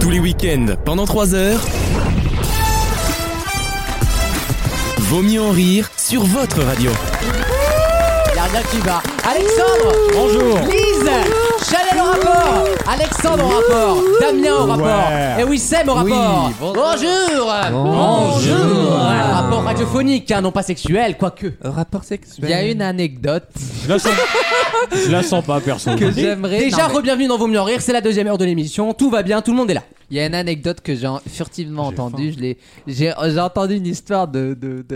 Tous les week-ends, pendant 3 heures, Vaut mieux en rire sur votre radio. Y'a rien qui va. Alexandre. Bonjour. Lise. Chanel au rapport. Alexandre au rapport. Damien au rapport. Et Wissem au rapport. Bonjour. Bonjour. Rapport radiophonique, non pas sexuel, quoique. Rapport sexuel. Il y a une anecdote Je la sens pas, perso. que j'aimerais. Déjà, re-bienvenue dans Vaut mieux en rire, c'est la deuxième heure de l'émission. Tout va bien, tout le monde est là. Il y a une anecdote que j'ai furtivement entendue. J'ai entendu une histoire de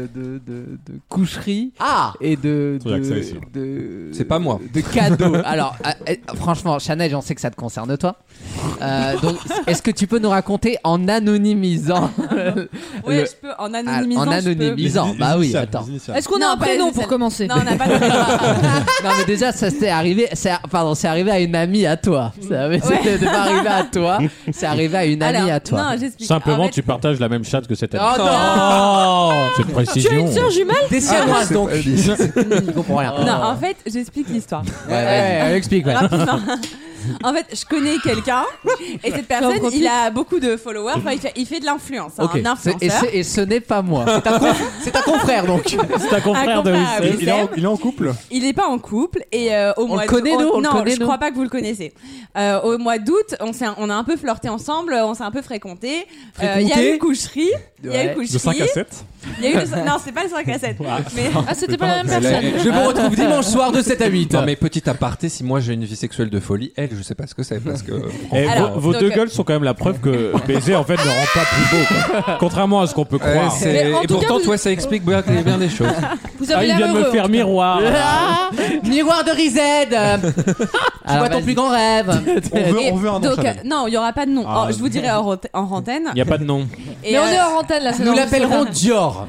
coucherie et de C'est pas moi. de cadeaux. Alors, franchement, Chanel, j'en sais que ça te concerne toi. Donc, est-ce que tu peux nous raconter en anonymisant Oui, je peux. En anonymisant. En anonymisant. Bah oui, attends. Est-ce qu'on a un prénom pour commencer? Non, on n'a pas de prénom. Non, mais déjà, ça c'est arrivé. C'est arrivé à une amie à toi. C'était pas arrivé à toi. C'est arrivé à une amie à toi. Non, j'explique. Simplement, En fait, tu partages la même chatte que cette amie. Oh non. C'est une précision. Tu as une sœur jumelle? Des siamoises donc. Il comprend rien. Non, en fait, j'explique l'histoire. Ouais, explique. Rapidement. En fait, je connais quelqu'un et cette personne, il a beaucoup de followers. Enfin, il fait de l'influence, Ok. un influenceur. Et ce n'est pas moi. C'est ta confrère donc. C'est ta confrère de confrère, Wissem. oui. Il est en couple. Il n'est pas en couple et au mois le connaît, d'août, nous, on le non, connaît, je nous. crois pas que vous le connaissez. Au mois d'août, on a un peu flirté ensemble, on s'est un peu fréquenté. Il y a eu coucherie. Il y a eu coucherie. De 5 à 7. Il y a eu non, c'est pas le 5 à 7. Mais c'était pas la même personne. Je vous retrouve dimanche soir de 7 à 8. Non mais petit aparté, si moi j'ai une vie sexuelle de folie, elle je sais pas ce que c'est parce que Et Alors, vos donc, deux gueules sont quand même la preuve que baiser en fait ne rend pas plus beau, quoi. Contrairement à ce qu'on peut croire. Mais en et tout pourtant cas, toi ça explique bien des choses. Vous Ah, avez il l'air vient de me heureux. faire miroir. Miroir de Rized. Tu vois ton plus grand rêve. On veut un nom. donc non, il y aura pas de nom. Ah, Je vous dirai en antenne. Il n'y a pas de nom. Et, Mais on est hors antenne là. c'est Nous dans- l'appellerons Dior.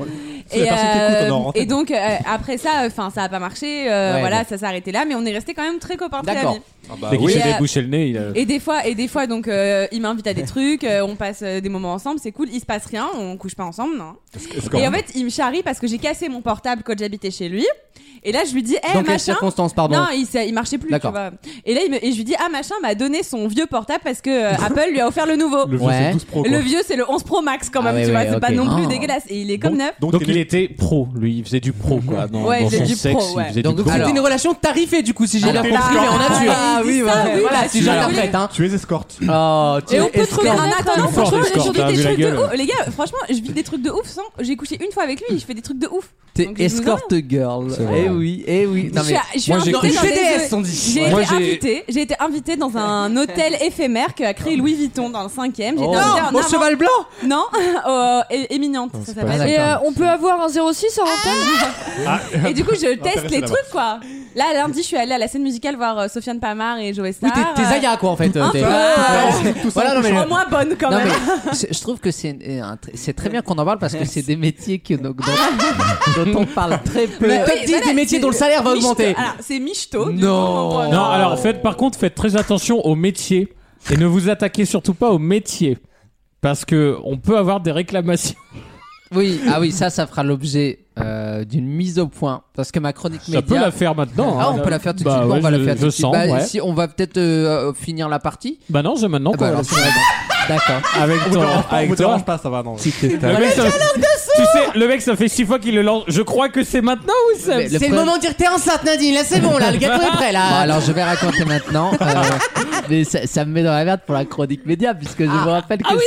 et donc après ça, enfin ça a pas marché. Voilà, ça s'est arrêté là, mais on est resté quand même très copains, très D'accord. amis. Dès qu'il oui. s'est débouché le nez, il a... Et des fois donc il m'invite à des trucs, on passe des moments ensemble, c'est cool. Il se passe rien, on couche pas ensemble, non. Et en fait, il me charrie parce que j'ai cassé mon portable quand j'habitais chez lui. Et là, je lui dis, Dans quelles machin. circonstances, pardon? Non, il marchait plus. D'accord. Tu vois. Et là, je lui dis, machin m'a donné son vieux portable parce que Apple lui a offert le nouveau. Le vieux Ouais. c'est 12 Pro. Le vieux, c'est le 11 Pro Max quand Ah même, ouais, tu vois, ouais, c'est pas ok. non plus Ah. dégueulasse. Et il est comme neuf. Donc il était pro, lui, il faisait du pro, quoi. Dans Ouais, il faisait son du sexe, pro, ouais. il faisait Donc, du pro. C'était une relation tarifée du coup, si j'ai bien Alors, compris, mais en nature. Ah oui, voilà. oui, Voilà, bah, si si j'interprète, hein. Tu es escorte. Oh, tu Et on peut escortes. trouver Mais en attendant, Une forte franchement, escorte, je vis t'as vu des la trucs de gueule. ouf. Les gars, franchement, je vis des trucs de ouf sans. J'ai couché une fois avec lui, je fais des trucs de ouf. T'es Donc, je vous escort girl. Eh oui, eh oui. Non, mais Je suis moi, j'ai invitée dans GDS, des- on dit. J'ai Moi, j'ai été invitée dans un hôtel éphémère qu'a créé Louis Vuitton dans le 5e. Oh, J'étais invitée en au avant- cheval blanc. Non, éminente, ça pas s'appelle. ça. Et on peut avoir un 06 en antenne? Et du coup, je teste les là-bas. trucs, quoi. Là, lundi, je suis allée à la scène musicale voir Sofiane Pamar et Joe Oui, Star. t'es Zaya quoi en fait. Un T'es- peu. Voilà, non mais. Au moins bonne quand Non même. mais je trouve que c'est très bien qu'on en parle parce que c'est des métiers dont on parle très peu. Le top 10 voilà, des métiers c'est- dont le salaire va Michto. augmenter. Alors, c'est Michto. du Non. coup, Non, alors par contre, faites très attention aux métiers et ne vous attaquez surtout pas aux métiers parce que on peut avoir des réclamations. Oui, ah oui, ça fera l'objet d'une mise au point parce que ma chronique Ça peut média. la faire maintenant. Ah, hein. on peut la faire tout de Bah suite. Bon, ouais, on va la faire je tout de suite. sens, Bah, ouais. si on va peut-être finir la partie. Bah non, c'est maintenant Ah qu'on bah, va alors, c'est vrai. D'accord. avec On avec me toi. dérange pas, ça va non. Le mec, tu sais, le mec, ça fait 6 fois qu'il le lance. Je crois que c'est maintenant ou ça Mais C'est le moment de dire t'es enceinte Nadine, là c'est bon là, le gâteau est prêt Bon, là. alors je vais raconter maintenant. Mais ça me met dans la merde pour la chronique média puisque je vous rappelle que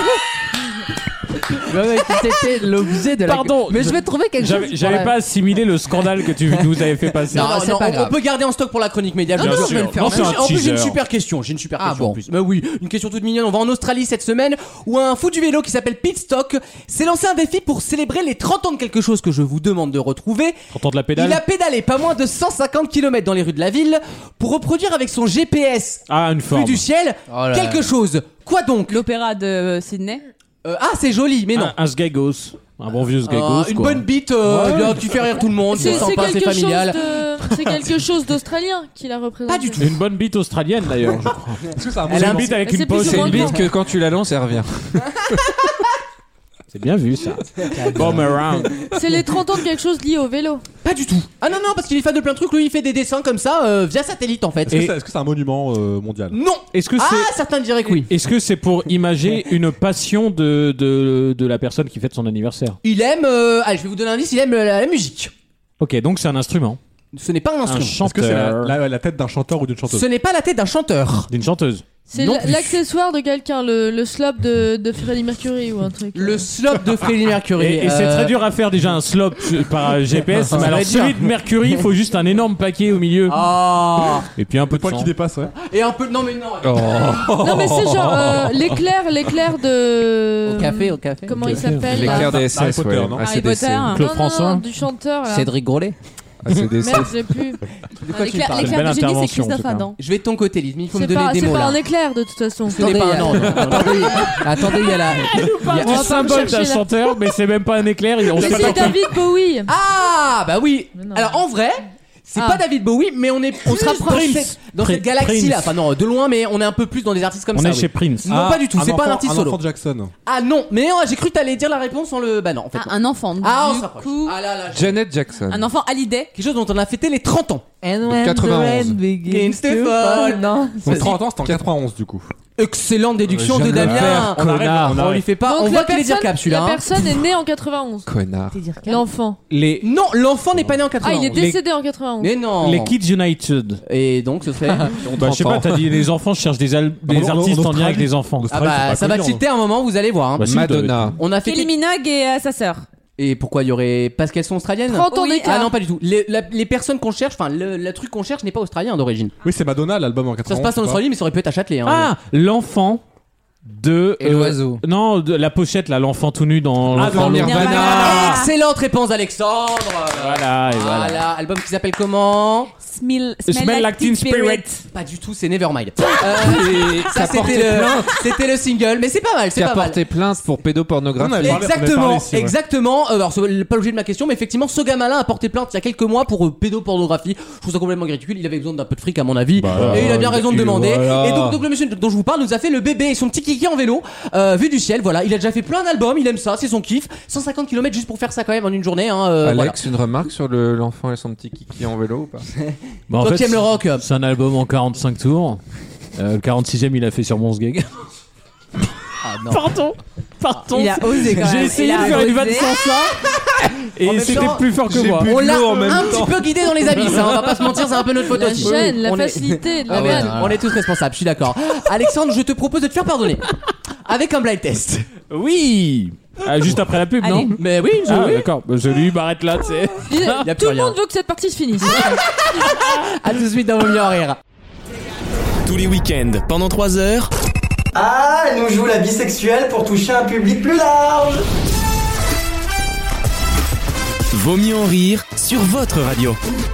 c'était l'objet de la. Pardon, mais je vais trouver quelque chose. J'avais pour pas assimilé le scandale que tu nous avais fait passer. Non, c'est pas grave. On peut garder en stock pour la chronique média. Bien sûr. je vais le faire. Non, c'est un En plus j'ai une teaser. super question. J'ai une super Ah, question bon. en plus. Mais oui, une question toute mignonne. On va en Australie cette semaine où un fou du vélo qui s'appelle Pitstock s'est lancé un défi pour célébrer les 30 ans de quelque chose que je vous demande de retrouver. T'entends de la pédale Il a pédalé pas moins de 150 km dans les rues de la ville pour reproduire avec son GPS Ah, une vue forme. du ciel Oh là quelque là. chose. Quoi donc? L'opéra de Sydney. C'est joli, mais non. Un sgagos. Un bon vieux sgagos. Une quoi. bonne bite bien, qui fait rire tout le monde, c'est sympa, c'est familial. C'est quelque chose d'australien qu'il a représenté. Pas du tout. Une bonne bite australienne d'ailleurs, je crois. Est-ce que c'est un Elle a une bite avec C'est une plus pause. ou C'est moins une le bite que quand tu la lances, elle revient. C'est bien vu ça. Boomerang. C'est les 30 ans de quelque chose lié au vélo. Pas du tout. Ah non, parce qu'il est fan de plein de trucs. Lui, il fait des dessins comme ça via satellite en fait. Est-ce que c'est un monument mondial? Non. Est-ce que certains diraient que oui. Est-ce que c'est pour imager une passion de la personne qui fête son anniversaire? Il aime. Allez, je vais vous donner un indice. Il aime la musique. Ok, donc c'est un instrument. Ce n'est pas un instrument. chanteur. Est-ce que c'est la tête d'un chanteur ou d'une chanteuse? Ce n'est pas la tête d'un chanteur. D'une chanteuse. C'est Non plus. l'accessoire de quelqu'un, le slop de Freddie Mercury ou un truc. Le slop de Freddie Mercury. Et c'est très dur à faire déjà un slop par GPS. Mais alors celui de Mercury, il faut juste un énorme paquet au milieu. Ah. Et puis un peu de Poil sang. qui dépasse, ouais. Et un peu. Non mais non. Non mais c'est genre l'éclair de... Au café. Comment il s'appelle L'éclair des Harry SS, Potter, ouais. non Harry Potter. Claude Non, François. non, du chanteur là. Cédric Grolet. ACDC. Merde, j'ai plus. De quoi tu L'éclair parles Belle de génie, c'est intervention, en Christophe tout cas. Adam. Je vais de ton côté, Lise. Mais il faut me C'est donner pas, des c'est mots pas là. un éclair de toute façon. Ce n'est pas un non. Attendez, il y a la. Il y a On va un pas symbole chercher d'un là. chanteur, mais c'est même pas un éclair. On sait Mais pas c'est David Bowie. Ah bah oui. Mais non. Alors en vrai. C'est Ah. pas David Bowie, mais on se rapproche dans cette galaxie là. Enfin non, de loin, mais on est un peu plus dans des artistes comme On ça. est oui. chez Prince. Non, pas du tout. C'est pas un artiste solo. enfant de Jackson. Ah non, mais non, j'ai cru que t'allais dire la réponse sans le. Bah non, en fait. non. Un enfant. Ah, on Du se rapproche. coup, Ah là là. Janet Jackson. un enfant Hallyday. Quelque chose dont on a fêté les 30 ans. And when 91. the rain begins to to fall. fall. Non. Donc 30 ans, c'était en 91 du coup. Excellente déduction de Je vais le Damien. faire, connard. On lui fait pas. Donc On la voit qu'il est personne- dire cap celui-là. La hein. personne est née en 91. Connard. L'enfant. Les Non, l'enfant n'est pas né en Ah, 91. il est décédé en 91. Mais non. les Kids United. Et donc ce serait. Bah, je sais pas, t'as dit les enfants cherchent des artistes en lien avec les enfants. Ah bah ça va tilter un moment, vous allez voir. hein. Bah, si, Madonna. On a fait. Kylie Minogue et sa sœur. Et pourquoi il y aurait. Parce qu'elles sont australiennes 30 ans Oui. d'écart. Ah non, pas du tout. Les personnes qu'on cherche, enfin le truc qu'on cherche n'est pas australien d'origine. Oui, c'est Madonna, l'album en 91. Ça se passe en Australie, mais ça aurait pu être à Châtelet. Hein. Ah, l'enfant de Et l'oiseau. Non, de la pochette là, l'enfant tout nu dans dans Nirvana. Excellente réponse d'Alexandre. Voilà, et voilà. Voilà, album qui s'appelle comment Smell like Teen Spirit. Pas du tout, c'est Nevermind. Ça portait plainte. C'était le single, mais c'est pas mal, c'est Qui a pas mal. porté plainte pour pédopornographie. On avait parlé- Exactement, ici, ouais. exactement. Alors c'est pas l'objet de ma question, mais effectivement, ce gamin-là a porté plainte il y a quelques mois pour pédopornographie. Je trouve ça complètement ridicule. Il avait besoin d'un peu de fric à mon avis, et il a bien raison de demander. voilà. Et donc le monsieur dont je vous parle nous a fait le bébé et son petit kiki en vélo, vu du ciel. Voilà, il a déjà fait plein d'albums, il aime ça, c'est son kiff. 150 km juste pour faire ça quand même en une journée. Hein, voilà. Alex, une remarque sur l'enfant et son petit kiki en vélo ou pas? Bah, en Toi fait, qui aimes le rock. c'est un album en 45 tours. Le 46e, il a fait sur Monsgeg. Ah non. Pardon. Il a osé quand même. J'ai essayé Il de a faire une osé. vanne sans ça. En Et même c'était temps, plus fort que moi. On l'a un petit peu guidé dans les abysses, hein, on va pas se mentir, c'est un peu notre faute La aussi. gêne, la On est- facilité de Ah la ouais, vanne. on est tous responsables, je suis d'accord. Alexandre, je te propose de te faire pardonner. Avec un blind test. Oui. Juste après la pub, Allez. non? Mais oui, Ah, oui. d'accord. Bah, je lui m'arrête là, tu sais. Il- y a plus Tout le rien. monde veut que cette partie se finisse. À tout de suite dans Vaut mieux en rire. Tous les week-ends, pendant 3 heures. Ah, elle nous joue la bisexuelle pour toucher un public plus large. Vaut mieux en rire sur votre radio.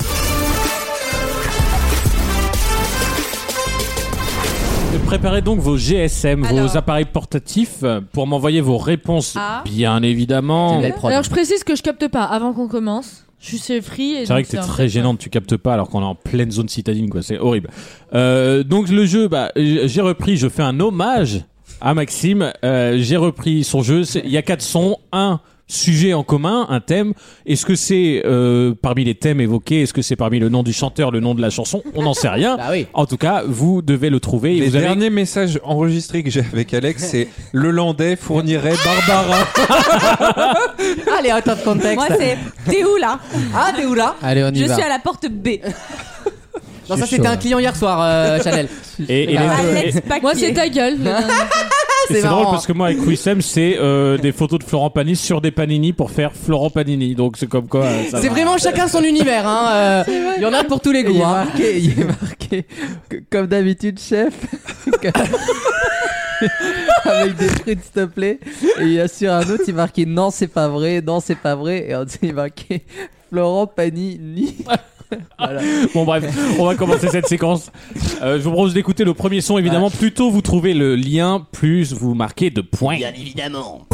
Préparez donc vos GSM, vos Alors. appareils portatifs, pour m'envoyer vos réponses, Ah. bien évidemment. Belle prod. Alors je précise que je capte pas avant qu'on commence. Je suis chez Free. et C'est vrai donc que t'es un très peu- gênante, tu captes pas alors qu'on est en pleine zone citadine, quoi. C'est horrible. Donc le jeu, j'ai repris, je fais un hommage à Maxime. J'ai repris son jeu. Il y a 4 sons, un sujet en commun, un thème. Est-ce que c'est parmi les thèmes évoqués? Est-ce que c'est parmi le nom du chanteur, le nom de la chanson? On n'en sait rien. Bah oui. En tout cas, vous devez le trouver. Et Les vous avez... derniers messages enregistrés que j'ai avec Alex, c'est le Landais fournirait Barbara. Allez, out of context. Moi, c'est t'es où là? Ah, t'es où là? Allez, on y Je va. suis à la porte B. Non, ça c'était un client hier soir, Chanel. Et les- Alex et- Paquet. Moi c'est ta gueule. c'est marrant. drôle parce que moi avec Wissem c'est des photos de Florent Pagny sur des panini pour faire Florent Panini, donc c'est comme quoi ça C'est va. vraiment chacun son univers, hein. Il y en a pour tous les Il goûts, est hein. marqué, il est marqué comme d'habitude, chef. Avec des frites, s'il te plaît. Et il y a sur un autre, il marqué non, c'est pas vrai, non, c'est pas vrai. Et en dessous, il marqué Florent Panini. Voilà. Bon bref, on va commencer cette séquence. Je vous propose d'écouter le premier son évidemment. Plus tôt vous trouvez le lien, plus vous marquez de points. Bien évidemment.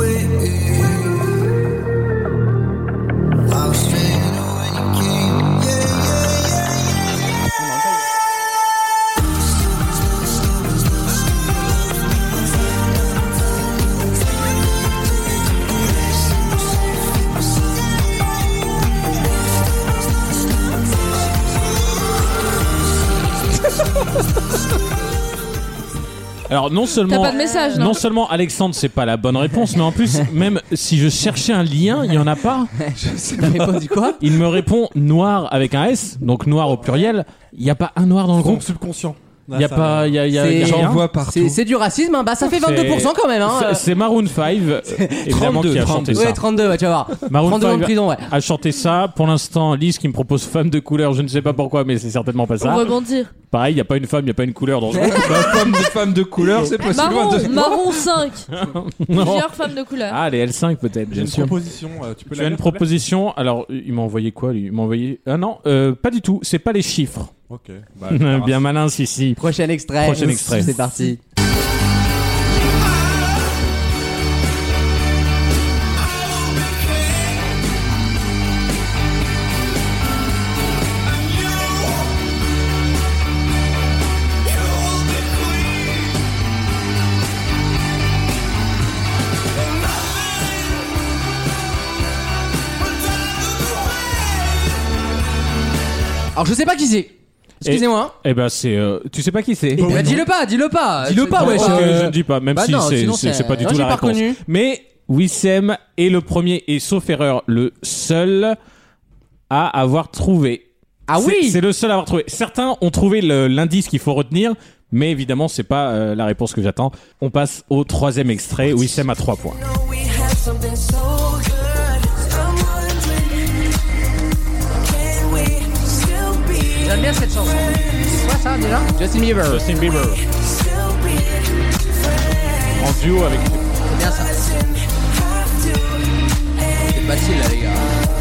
Alors non T'as seulement, pas de message, non? non seulement Alexandre c'est pas la bonne réponse, mais en plus même si je cherchais un lien, il y en a pas. T'as répondu quoi? Il me répond noir avec un S, donc noir au pluriel. Il y a pas un noir dans le Groupe groupe. subconscient. Il y a pas, il y a C'est- rien. J'en vois partout. C'est du racisme, hein. Bah ça fait 22% quand même, hein. C'est Maroon 5 évidemment 32, qui a chanté Ouais, ça. 32, ouais, tu vas voir. Maroon 32 ans de 5 prison, ouais. a chanté ça. Pour l'instant, Lise qui me propose femme de couleur, je ne sais pas pourquoi, mais c'est certainement pas On ça. rebondir. Pareil, il y a pas une femme, il y a pas une couleur dans ce groupe. Femme de couleur, c'est pas si loin de. Marron 5. Non. Plusieurs femmes de couleur. Ah, les L5 peut-être, J'ai bien une sûr. proposition. Tu peux Tu la as une lire, s'il te plaît proposition. Alors, il m'a envoyé quoi lui? Il m'a envoyé. Ah non, pas du tout. C'est pas les chiffres. Ok. Bah, Bien malin, si. Prochain extrait. Prochain extrait. C'est parti. Alors je sais pas qui c'est. Excusez-moi. Eh ben, c'est. Tu sais pas qui c'est? Eh ben, dis-le pas. Dis-le pas, ouais. Parce que je ne dis pas, même Bah si non, c'est sinon c'est pas du non, tout j'ai la pas réponse. reconnu. Mais Wissem est le premier et sauf erreur le seul à avoir trouvé. Ah C'est- oui. C'est le seul à avoir trouvé. Certains ont trouvé l'indice qu'il faut retenir, mais évidemment c'est pas la réponse que j'attends. On passe au troisième extrait. Wissem a 3 points. J'aime bien cette chanson. C'est quoi ça déjà? Justin Bieber. Justin Bieber. En duo avec. C'est bien ça. C'est facile là les gars.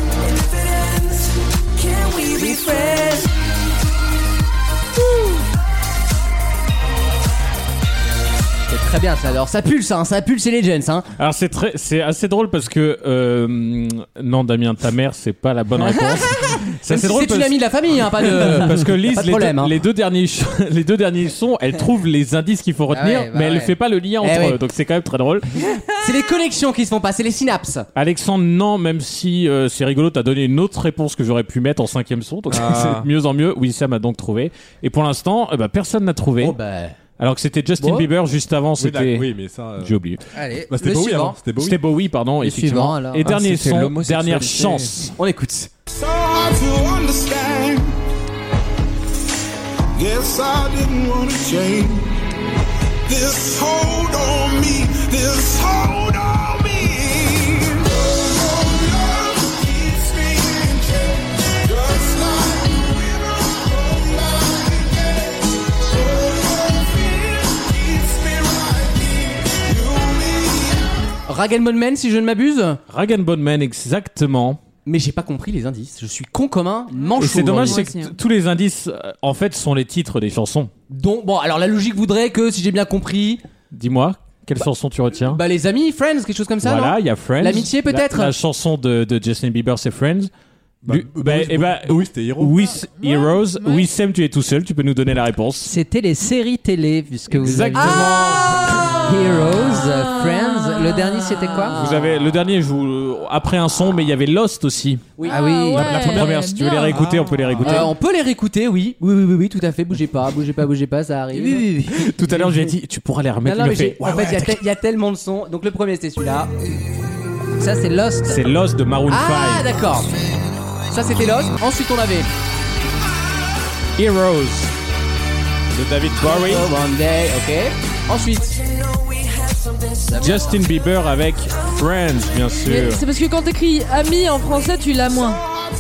C'est très bien ça. Alors ça pulse, hein. Ça pulse les Legends, hein. Alors c'est assez drôle parce que non Damien, ta mère c'est pas la bonne réponse. C'est drôle. C'est une amie de la famille, hein, pas de. Parce que Lise, pas de problème, hein. les deux derniers sons, elle trouve les indices qu'il faut retenir, ouais, bah mais elle ouais. fait pas le lien entre ouais. eux. Donc c'est quand même très drôle. C'est les connexions qui se font pas, c'est les synapses. Alexandre, non, même si c'est rigolo, t'as donné une autre réponse que j'aurais pu mettre en 5e son. Donc c'est de mieux en mieux. Wissem a donc trouvé. Et pour l'instant, personne n'a trouvé. Oh bah. Alors que c'était Justin Bon. Bieber juste avant, c'était. Oui, mais ça. J'ai oublié. Allez, Bah, c'était le Bowie suivant. avant. C'était Bowie. C'était Bowie, pardon. Le Effectivement. suivant, alors. Et dernier c'était son, l'homosexualité. dernière chance. On écoute. So hard to understand. Guess I didn't want to change. This hold on me, this hold on me. Oh, love keeps me in check, just like the river from back again. Oh, fear keeps me right here. You, me, Rag & Bone Man, si je ne m'abuse. Rag & Bone Man, exactement. Mais j'ai pas compris les indices. Je suis con comme un manchot. Et c'est dommage, aujourd'hui. c'est que tous les indices, en fait, sont les titres des chansons. Donc, bon, alors la logique voudrait que, si j'ai bien compris, Dis-moi, quelle chanson tu retiens? bah les amis, Friends, quelque chose comme ça, Voilà, non? il y a Friends. L'amitié, peut-être. La chanson de Justin Bieber, c'est Friends. Oui, c'était Hero. With Heroes. Wissem, tu es tout seul, tu peux nous donner la réponse. C'était les séries télé, puisque vous avez Exactement. Heroes, Friends. Le dernier, c'était quoi? Vous avez le dernier, après un son, mais il y avait Lost aussi. Oui. Ah oui, ouais, La première, si tu veux les réécouter, on peut les réécouter. On peut les réécouter, oui. Oui, tout à fait. Bougez pas, ça arrive. Oui. Tout à l'heure, je lui ai dit, tu pourras les remettre. Non, Il mais me fait, en fait, il y a tellement de sons. Donc le premier, c'était celui-là. Ça, c'est Lost. c'est Lost de Maroon 5. Ah, d'accord. Ça, c'était Lost. Ensuite, on avait Heroes de David Bowie. One Day, ok. Ensuite, Justin Bieber avec Friends, bien Mais sûr. c'est parce que quand t'écris ami en français, tu l'as moins.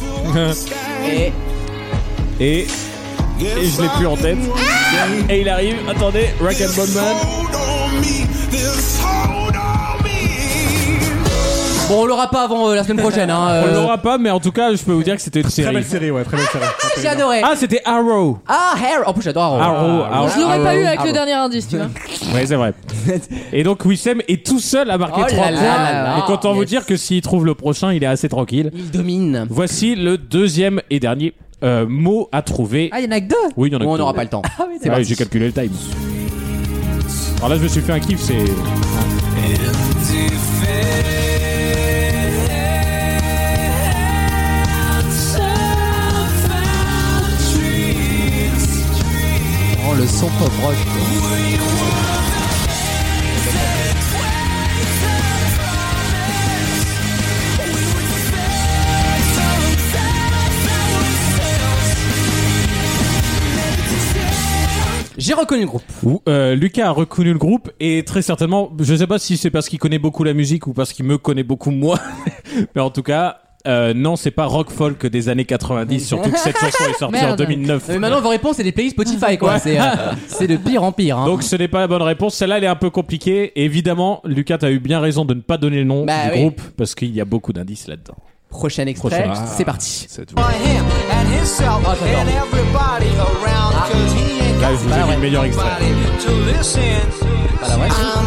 et Et je l'ai plus en tête. Et il arrive, attendez, Rag & Bone Man. hold on me, this hold on me. bon, on l'aura pas avant la semaine prochaine. Hein, On l'aura pas, mais en tout cas, je peux vous dire que c'était une Très série. belle série, ouais, très belle série. J'ai adoré. Ah, c'était Arrow. Ah, Hair. En plus, j'adore Arrow. Arrow. Je l'aurais pas eu avec Arrow. le dernier indice, tu vois. Ouais, c'est vrai. Et donc, Wissem est tout seul à marquer Oh 3 là points. là là là. Et content vous Yes. dire que s'il trouve le prochain, il est assez tranquille. Il domine. Voici le deuxième et dernier mot à trouver. Ah, il y en a que deux. Oui, il y en a Bon, que on n'aura deux. pas le temps. C'est vrai, j'ai calculé le time. Alors là, je me suis fait un kiff, c'est. Oh, le son pop rock. J'ai reconnu le groupe. Lucas a reconnu le groupe et très certainement, je sais pas si c'est parce qu'il connaît beaucoup la musique ou parce qu'il me connaît beaucoup moi, mais en tout cas, non, c'est pas rock folk des années 90, surtout que cette chanson est sortie en 2009. Mais maintenant, vos réponses, c'est des playlists Spotify, quoi. C'est de pire en pire. Hein. Donc, ce n'est pas la bonne réponse. Celle-là, elle est un peu compliquée. Et évidemment, Lucas, t'as eu bien raison de ne pas donner le nom du groupe parce qu'il y a beaucoup d'indices là-dedans. Prochain extrait, c'est parti. Là, je vous ai mis le meilleur extrait. Pas la vraie.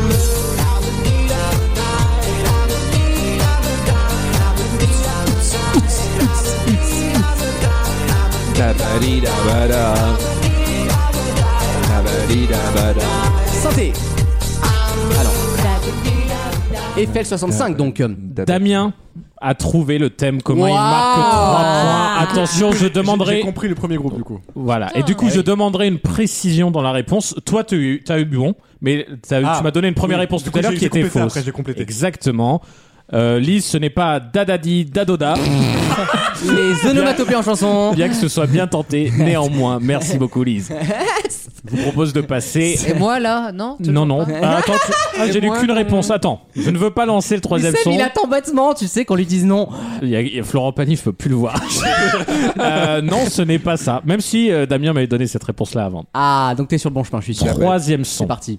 Santé. Alors. Eiffel 65 donc. Damien a trouvé le thème. Comment il marque 3 points. Attention, je demanderai. J'ai compris le premier groupe du coup. Voilà. Et du coup, je demanderai une précision dans la réponse. Toi, tu as eu bon, mais tu m'as donné une première réponse tout à l'heure qui était fausse. Après, j'ai complété. Exactement. Lise, ce n'est pas Dadadi Dadoda. Les onomatopées en chanson. Bien que ce soit bien tenté, néanmoins. Merci beaucoup, Lise. Je vous propose de passer. Et moi là, non? Non. Ah, attends, j'ai lu qu'une réponse. Attends, je ne veux pas lancer le troisième son. Il attend bêtement, tu sais qu'on lui dise non. Il y a Florent Pagny, je peux plus le voir. Non, ce n'est pas ça. Même si Damien m'avait donné cette réponse-là avant. Ah, donc t'es sur le bon chemin, je suis sûr. Troisième son. C'est parti.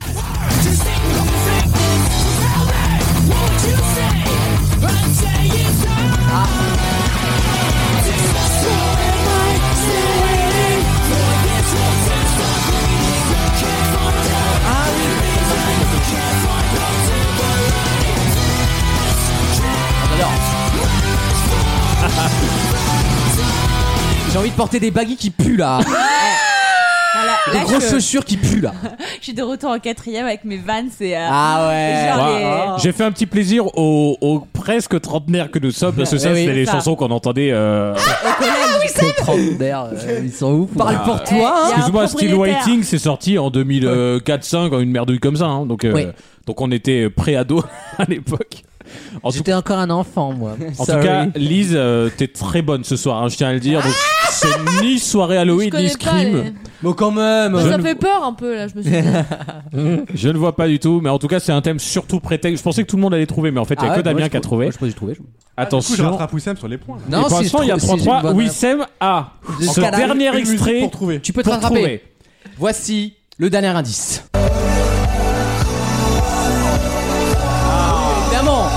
J'ai envie de porter des baggies qui puent là. Voilà, Des grosses chaussures qui puent là. Je suis de retour en 4ème avec mes Vans et ah ouais. genre J'ai fait un petit plaisir aux presque trentenaires que nous sommes parce que ça c'était les chansons qu'on entendait Les trentenaires, ils sont ouf. Parle pour toi. Excuse-moi, Still Waiting c'est sorti en 2004-5, une merdouille comme ça hein. Donc on était pré-ado à l'époque. J'étais encore un enfant, moi. En tout cas, Lise, t'es très bonne ce soir, hein, je tiens à le dire. Donc, c'est ni soirée Halloween, ni Scream. Mais quand même. Ça fait peur un peu, là, je me suis dit. Je ne vois pas du tout, mais en tout cas, c'est un thème surtout prétexte. Je pensais que tout le monde allait trouver, mais en fait, il n'y a que Damien qui a trouvé. Je pense que j'ai trouvé. Attention. Du coup, je rattrape Wissem sur les points. Non, pour l'instant, il y a 3-3. Wissem a ce dernier extrait pour trouver. Tu peux te rattraper. Voici le dernier indice. Évidemment.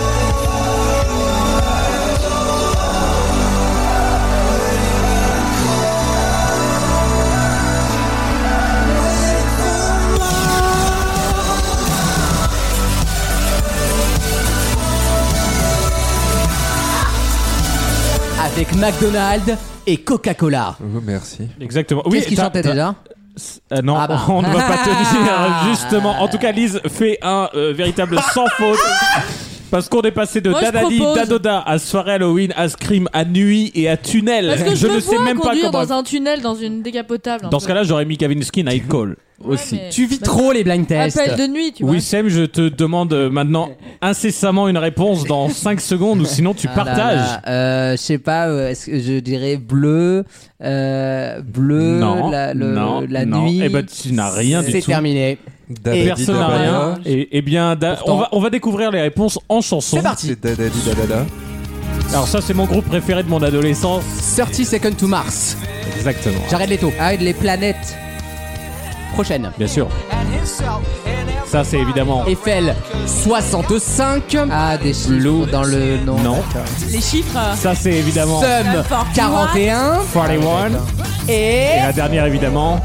Avec McDonald's et Coca-Cola. Merci. Exactement. Qu'est-ce qu'il chantait déjà? Non, on ne va pas te dire justement. En tout cas, Lise fait un véritable sans faute. Parce qu'on est passé de Dadadi Dadoda à soirée Halloween, à Scream, à nuit et à tunnel. Parce que je ne sais même pas comment. dans un tunnel, dans une décapotable. Dans ce cas-là, j'aurais mis Kavinsky Night Call aussi. mais- Tu vis trop les blind tests. Appel de nuit, tu vois. Oui, Sam, je te demande maintenant incessamment une réponse dans 5 secondes ou sinon tu partages. Je sais pas, est-ce que je dirais bleu, bleu, Non, la non. nuit. Eh ben, tu n'as rien du C'est tout. terminé. Et personne n'a rien. Et bien, on va découvrir les réponses en chanson. C'est parti. C'est Dadadi Dadada. Alors ça, c'est mon groupe préféré de mon adolescence. 30 Seconds to Mars. Exactement. J'arrête les taux. Ah, les planètes. Prochaine. Bien sûr. Ça, c'est évidemment. Eiffel 65. Ah, des chiffres Blue. dans le nom. Non. les chiffres. Ça, c'est évidemment. Sum 41. 41. Et la dernière, évidemment.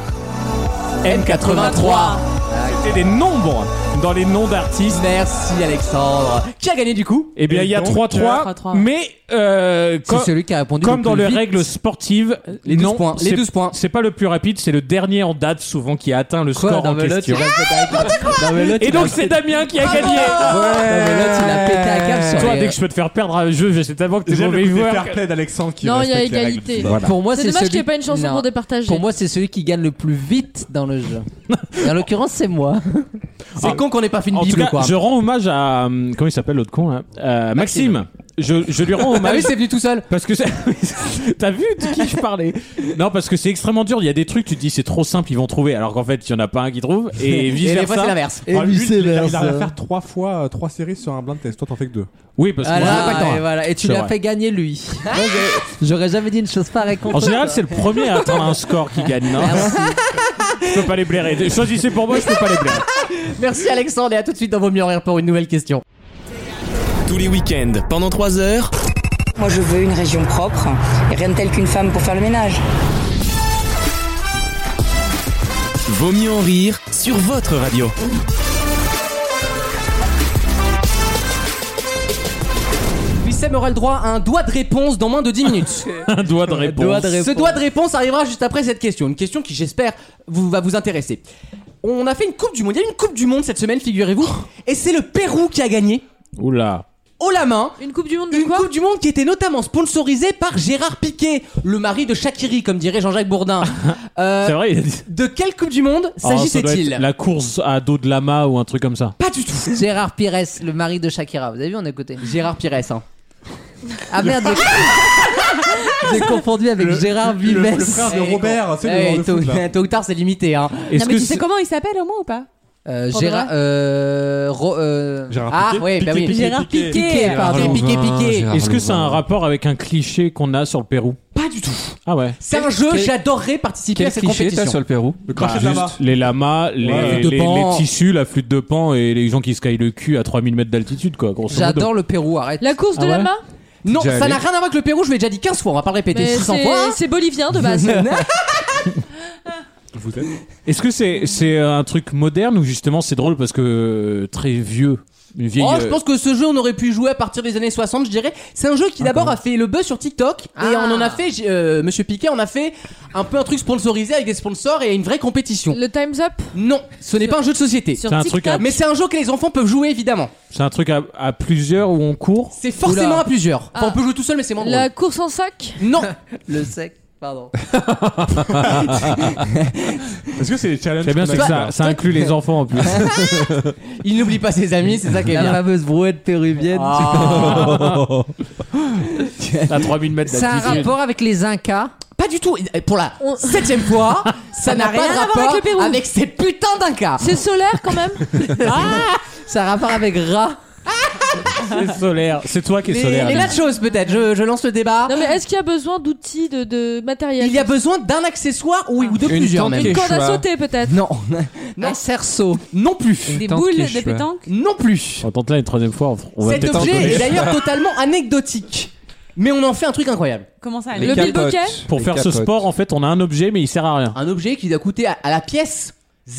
M83. C'était des nombres dans les noms d'artistes. Merci Alexandre. Qui a gagné du coup? Eh bien, il y a 3-3. 3-3. Mais C'est celui qui a répondu comme le dans plus les vite. règles sportives, Les 12 non, points. Les c'est- 12 points. C'est pas le plus rapide, c'est le dernier en date souvent qui a atteint le Quoi? score Non, en mais l'autre, question. il a pété un câble. Non, mais l'autre, Et il a donc c'est pété- Damien qui a gagné. Non, mais l'autre, il a pété un câble sur Toi, les- dès que je peux te faire perdre un jeu, je sais tellement que t'es Déjà, mauvais le côté joueur. fair play d'Alexandre qui Non, il y a respecte les règles. égalité. Voilà. Pour moi, C'est c'est dommage celui... qu'il n'y ait pas une chanson Non. pour départager. Pour moi, c'est celui qui gagne le plus vite dans le jeu. Et en l'occurrence, c'est moi. C'est con qu'on ait pas fait une En tout bible cas, quoi. je rends hommage à comment il s'appelle l'autre con là Maxime. je lui rends Ah hommage. oui, c'est venu tout seul. Parce que t'as vu de qui je parlais? Non, parce que c'est extrêmement dur. Il y a des trucs, tu te dis c'est trop simple, ils vont trouver. Alors qu'en fait, il y en a pas un qui trouve. Et vice Et des versa. fois, c'est l'inverse. Et Ah, lui, il arrive vice-versa. à faire 3 fois 3 séries sur un blind test. Toi, t'en fais que 2. Oui, parce que Voilà. moi, pas le temps, et hein. voilà. Et tu C'est lui as vrai. fait gagner lui. Moi, j'aurais jamais dit une chose pareille contre en général, toi. c'est le premier à atteindre un score qui gagne. Non, je peux pas les blairer. Choisissez pour moi, je peux pas les blairer. Merci Alexandre et à tout de suite dans Vaut mieux en rire pour une nouvelle question. Tous les week-ends, pendant 3 heures, Moi, je veux une région propre et rien de tel qu'une femme pour faire le ménage. Vaut mieux en rire sur votre radio. Wissem aura le droit à un doigt de réponse dans moins de 10 minutes. Un doigt de réponse. Ce doigt de réponse arrivera juste après cette question. Une question qui, j'espère, va vous intéresser. On a fait une Coupe du Monde. Il y a eu une Coupe du Monde cette semaine, figurez-vous. Et c'est le Pérou qui a gagné. Oula. Haut la main. Une Coupe du Monde de Une quoi? Coupe du Monde qui était notamment sponsorisée par Gérard Piqué, le mari de Shaqiri, comme dirait Jean-Jacques Bourdin. C'est vrai, il a dit. De quelle Coupe du Monde Oh, ça doit s'agissait-il? être la course à dos de lama ou un truc comme ça. Pas du tout. Gérard Pires, le mari de Shakira. Vous avez vu, on a écouté. Gérard Pires, hein. Ah merde, j'ai confondu avec Gérard Vives. Le frère de Robert, c'est le Eh, joueur de foot, là. tôt ou tard, c'est limité, hein. Est-ce Non, mais que tu sais c'est- comment il s'appelle au moins ou pas? Gérard. Gérard Ah, Piqué. ouais, bah oui. Gérard Piqué. Piqué, pardon. Piqué. Est-ce que c'est un rapport avec un cliché qu'on a sur le Pérou? Pas du tout. Ah ouais. C'est un jeu, j'adorerais participer à Quel cette cliché t'as compétition. sur le Pérou? Le crachet de Juste lama. les lamas, Ouais, la flûte de Pan. les tissus, la flûte de Pan et les gens qui se caillent le cul à 3000 mètres d'altitude, quoi. grosso modo. J'adore le Pérou, arrête. La course de Ah ouais lama? Non, Déjà ça allé n'a rien à voir avec le Pérou, je l'ai déjà dit 15 fois, on va pas le répéter Mais 600 fois. c'est bolivien de base. Vous êtes Est-ce que c'est un truc moderne ou justement c'est drôle parce que très vieux, une vieille. Oh, je pense que ce jeu, on aurait pu jouer à partir des années 60, je dirais. C'est un jeu qui d'abord a fait le buzz sur TikTok. Et on en a fait, Monsieur Piquet, on a fait un peu un truc sponsorisé avec des sponsors et une vraie compétition. Le Time's Up? Non, ce n'est pas un jeu de société. Sur C'est un truc TikTok. Mais c'est un jeu que les enfants peuvent jouer, évidemment. C'est un truc à plusieurs où on court. C'est forcément Oula. à plusieurs. Enfin, Ah. on peut jouer tout seul, mais c'est moins drôle. La course en sac? Non, Le sec, pardon. Est-ce que c'est les challenges C'est bien, qu'on c'est a que fait, ça inclut les enfants en plus. il n'oublie pas ses amis, c'est ça qui est La bien. fameuse brouette péruvienne. Ah. À 3000 mètres C'est un d'altitude. rapport avec les Incas. Pas du tout. Pour la 7ème fois, ça n'a n'a pas rien de à voir rapport avec le Pérou. avec ces putains d'Incas. C'est solaire quand même? C'est un rapport avec Ra. C'est solaire. C'est toi qui es solaire. Les Lise. nachos, peut-être. Je lance le débat. Non mais est-ce qu'il y a besoin d'outils, de matériel? Il y a besoin d'un accessoire ou de plusieurs même. Une corde à Quechua. sauter peut-être? Non, Un cerceau. non plus. Des tente boules de Quechua. pétanque. Non plus. On tente là une troisième fois. On va Cet peut-être en objet est donner. d'ailleurs totalement anecdotique. Mais on en fait un truc incroyable. Comment ça? Les Le capotes. bilboquet? Pour Les faire ce capotes. sport, en fait, on a un objet, mais il sert à rien. Un objet qui doit coûter à la pièce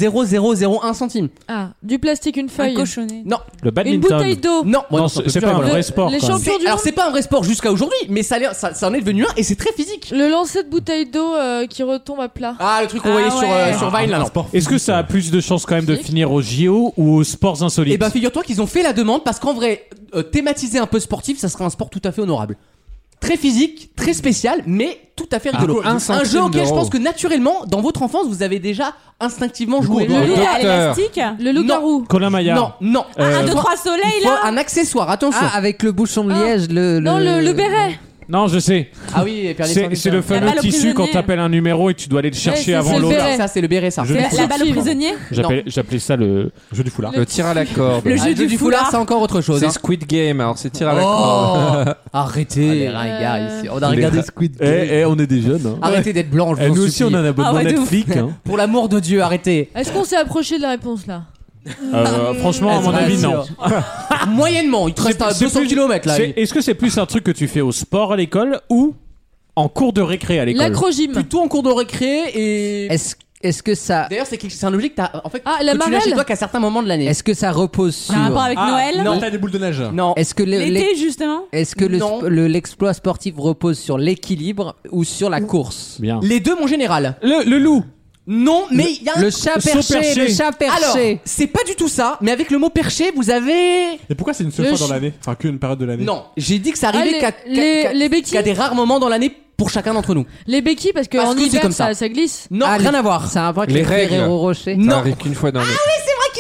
0,001 centime. Ah, du plastique, une Un feuille. cochonnet. Non, Le Une badminton. bouteille d'eau. non. Non, ça peut c'est plus pas un rien. vrai sport. les quand même. champions du Alors monde. c'est pas un vrai sport jusqu'à aujourd'hui, mais ça en est devenu un et c'est très physique. Le lancer de bouteille d'eau qui retombe à plat. Ah, le truc qu'on Ah voyait ouais. sur Vine là, non. Est-ce que ça a plus de chances quand même de finir aux JO ou aux sports insolites? Et ben figure-toi qu'ils ont fait la demande parce qu'en vrai, thématiser un peu sportif, ça serait un sport tout à fait honorable. Très physique, très spécial, mais tout à fait rigolo. un un centime jeu auquel je d'euro. pense que naturellement, dans votre enfance, vous avez déjà instinctivement joué. coup, Le lit à docteur. l'élastique. Le loup-garou. Colin Maillard. Non, non. Un, deux, Faut- trois soleils il faut là. un accessoire, attention. Ah, avec le bouchon de liège. Non, le béret. Non, je sais. Ah oui, et Pierre C'est le fameux balle au tissu prisonnier. quand t'appelles un numéro et tu dois aller le chercher c'est avant le l'autre. béret. Ça, c'est le béret, ça. Je- La balle au prisonnier. J'appelais ça le. Jeu du foulard. Le tir à la corde. Le Ah, jeu du foulard. c'est encore autre chose. C'est hein. Squid Game, alors c'est tir à la corde. Oh, arrêtez. les ringards ici. On a Les regardé ra- Squid on est des jeunes. Hein. Arrêtez d'être blanc, je Et vous en nous aussi, on supplie. a un abonnement Ah ouais, de ouf. Netflix. Hein. Pour l'amour de Dieu, arrêtez. Est-ce qu'on s'est approché de la réponse là? Franchement, à mon Est-ce avis, que- non. Moyennement, il te reste à C'est 200 plus- km là. Est-ce que c'est plus un truc que tu fais au sport à l'école ou en cours de récré à l'école? L'acrogym. Plutôt en cours de récré et. Est-ce que ça. D'ailleurs, c'est un objet que t'as. En fait, Ah, la que tu n'as marelle. chez toi qu'à certains moments de l'année. Est-ce que ça repose Ça a un rapport sur. avec Ah, Noël. non. La taille des boules de neige. Non. Est-ce que L'été justement. est-ce que Non. l'exploit sportif repose sur l'équilibre ou sur la course? Bien. Les deux, mon général. Le loup. Non, mais il y a un. Le chat saut perché, perché. le chat Alors, perché. c'est pas du tout ça, mais avec le mot perché, vous avez. Et pourquoi c'est une seule Le fois dans ch- l'année? Enfin, qu'une période de l'année. Non, j'ai dit que ça arrivait Ah, les béquilles. qu'à des rares moments dans l'année pour chacun d'entre nous. Les béquilles parce que Parce en que c'est hiver comme ça. ça glisse. Non, Ah, rien à voir. Ça a un rapport avec Les les règles. Ferrero Rocher. Ça Non. arrive qu'une fois dans l'année. C'est vrai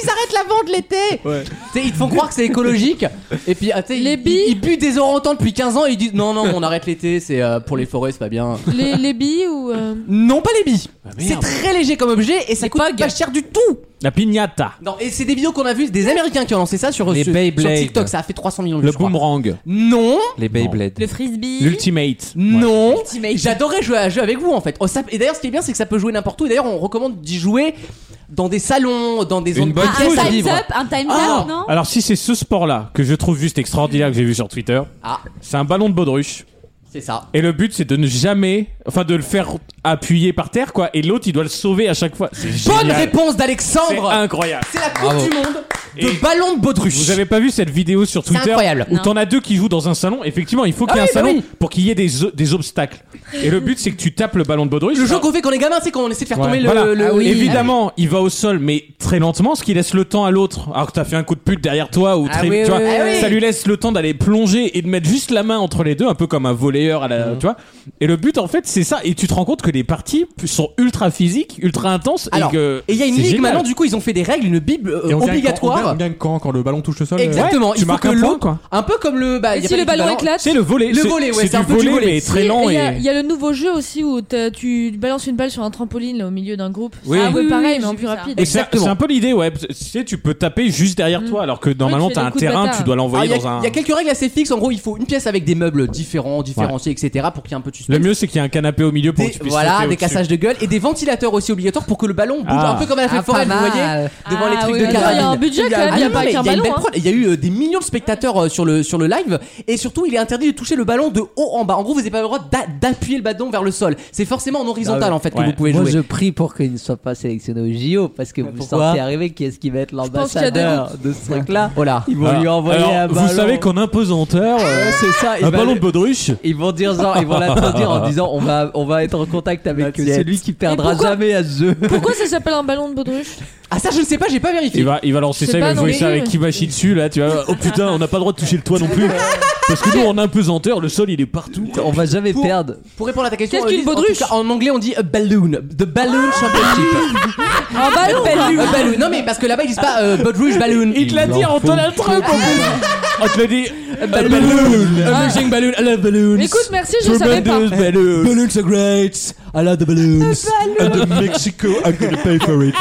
ils arrêtent la vente l'été. Ouais. Tu sais, ils te font croire que c'est écologique. Et puis, tu sais, Les billes. ils butent des orang-outans depuis 15 ans et ils disent non, on arrête l'été, c'est pour les forêts, c'est pas bien. Les billes ou. Non, pas les billes. C'est merde. très léger comme objet et ça Les coûte pogs. pas cher du tout. La piñata. Non, et c'est des vidéos qu'on a vues des Américains qui ont lancé ça sur Les sur Beyblade. TikTok. Ça a fait 300 millions de vues. Le je crois. boomerang. Non. Les Beyblade. Le frisbee. L'ultimate. Non, Ultimate. j'adorais jouer à un jeu avec vous en fait. Oh, et d'ailleurs, ce qui est bien, c'est que ça peut jouer n'importe où. Et d'ailleurs, on recommande d'y jouer dans des salons, dans des zones bonne Ah, culturelles. un Time's vivre. Up, un Time's Ah. Up, non Alors si c'est ce sport-là que je trouve juste extraordinaire que j'ai vu sur Twitter, Ah, c'est un ballon de baudruche. c'est ça. Et le but c'est de ne jamais, enfin de le faire appuyer par terre quoi. Et l'autre il doit le sauver à chaque fois. C'est Bonne génial. réponse C'est d'Alexandre. incroyable. C'est la coupe du monde de ballon de baudruche. Vous avez pas vu cette vidéo sur Twitter incroyable. où Non. t'en as deux qui jouent dans un salon. Effectivement, il faut qu'il y ait Ah un oui, bah salon oui. pour qu'il y ait des obstacles. Et le but c'est que tu tapes le ballon de baudruche. Le jeu qu'on fait quand on est gamin, c'est quand on essaie de faire Ouais, tomber voilà. le. Ah oui. Évidemment, il va au sol, mais très lentement, ce qui laisse le temps à l'autre. Alors que t'as fait un coup de pute derrière toi ou Ah très, oui, tu vois, oui, oui. ça lui laisse le temps d'aller plonger et de mettre juste la main entre les deux, un peu comme un volleyeur à la, tu vois. Et le but, en fait, c'est ça. Et tu te rends compte que les parties sont ultra physiques, ultra intenses. Alors, et il y a une c'est ligue génial. maintenant. Du coup, ils ont fait des règles, une bible Et on gagne obligatoire. on gagne quand le ballon touche le sol. Exactement. Ouais, tu il faut marques que un point, l'autre, quoi. un peu comme le. Bah, Et y a si pas le ballon d'équivalent. éclate. C'est le volet. Le volley, ouais, c'est du un peu du volley, volley. mais très Si, lent. et Et il y a le nouveau jeu aussi où tu balances une balle sur un trampoline là, au milieu d'un groupe. Oui. C'est un peu Oui, pareil, oui, mais en j'ai plus vu ça. rapide. Et c'est Exactement. un peu l'idée, ouais. Tu sais, tu peux taper juste derrière toi, alors que normalement tu fais t'as des un coups de terrain, bâtard. tu dois l'envoyer Alors, dans un. il y a quelques règles assez fixes. En gros, il faut une pièce avec des meubles différents, différenciés, etc. pour qu'il y ait un peu de suspense. Le mieux, c'est qu'il y ait un canapé au milieu pour que tu puisses Voilà, sauter des au-dessus. cassages de gueule et des ventilateurs aussi obligatoires pour que le ballon bouge Ah. un peu comme à la fête Ah, foraine, pas vous voyez, mal. devant les Ah trucs oui, de oui, Il y a carabine. un budget quand même, Ah il y a non, pas mais qu'un il y a une ballon. belle hein. prod. Il y a eu des millions de spectateurs sur le live et surtout il est interdit de toucher le ballon de haut en bas. En gros, vous n'avez pas le droit d'appuyer le ballon vers le sol. C'est forcément en horizontal en fait que Ouais. vous pouvez Moi, jouer. je prie pour qu'il ne soit pas sélectionné au JO parce que vous pourquoi sentez arriver qui est-ce qui va être pense qu'il y a des l'ambassadeur de ce truc-là. Oh là. Ils vont lui envoyer un ballon. vous savez qu'en impesanteur, Ouais, c'est ça. il un va ballon le- de baudruche. Ils vont dire genre, ils vont l'introduire en disant on va être en contact avec celui qui perdra pourquoi jamais à ce jeu. Pourquoi ça s'appelle un ballon de baudruche? Ah ça je ne sais pas, j'ai pas vérifié. Il va lancer Je sais ça, il pas, va non, jouer mais ça avec oui. Kimachi dessus là, tu vois. Oh putain, on n'a pas le droit de toucher le toit non plus. Parce que nous en impesanteur, le sol il est partout. On va jamais perdre. Pour répondre à ta question, Qu'est-ce qu'une Elise, en baudruche tout cas, en anglais on dit a balloon, the balloon championship. Un ballon. A balloon. Non mais parce que là-bas ils disent pas baudruche balloon. Il te l'a dit en Donald Trump en plus. On te l'a dit. Balloon, amazing balloon, I love balloons. Écoute, merci, je savais pas. balloons. Balloons are great. I love the balloons. And Mexico, I'm gonna pay for it.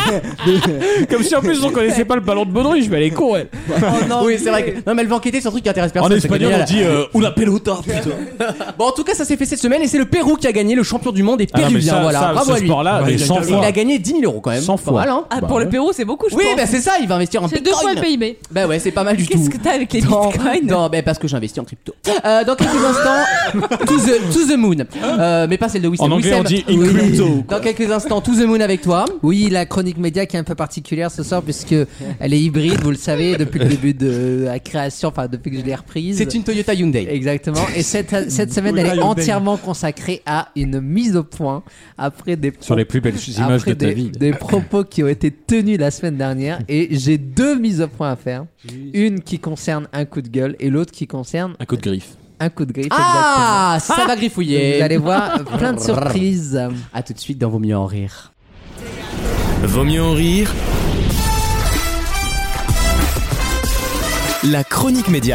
Comme si en plus on connaissait pas le ballon de baudruche, mais elle est con elle. Oui, c'est vrai que. Non, mais elle veut enquêter sur un truc qui intéresse En personne. c'est espagnol on génial. dit una pelota putain. Bon, en tout cas, ça s'est fait cette semaine et c'est le Pérou qui a gagné, le champion du monde et Ah non, mais péruvien. ça, Voilà, ça, bravo ce à lui. sport-là, mais 100 Et fois. il a gagné 10 000 euros quand même. 100 Pas fois. mal, hein. Ah, pour le Pérou, c'est beaucoup, je Oui, pense. bah c'est ça, il va investir en C'est bitcoin. 2 fois le PIB. Bah ouais, c'est pas mal du tout. Qu'est-ce que t'as avec les bitcoins Non, bah parce que j'investis en crypto. Dans quelques instants, to the moon. Mais pas celle de Wissem. En anglais, on dit in Oui. crypto. Dans quelques instants, to the moon avec toi. Oui, la chronique média qui est un peu particulière ce soir puisque elle est hybride, vous le savez, depuis le début de la création, enfin depuis que je l'ai reprise. C'est une Toyota Hyundai. Exactement. Et cette semaine, elle est Hyundai. entièrement consacrée à une mise au point après des Sur les plus belles images après de ta vie. des propos qui ont été tenus la semaine dernière. Et j'ai 2 mises au point à faire. Une qui concerne un coup de gueule et l'autre qui concerne Un coup de griffe. un coup de griffe. Ah, ça va exactement. griffouiller. Vous allez voir plein de surprises. À tout de suite dans Vaut mieux en rire. Vaut mieux en rire. La chronique média.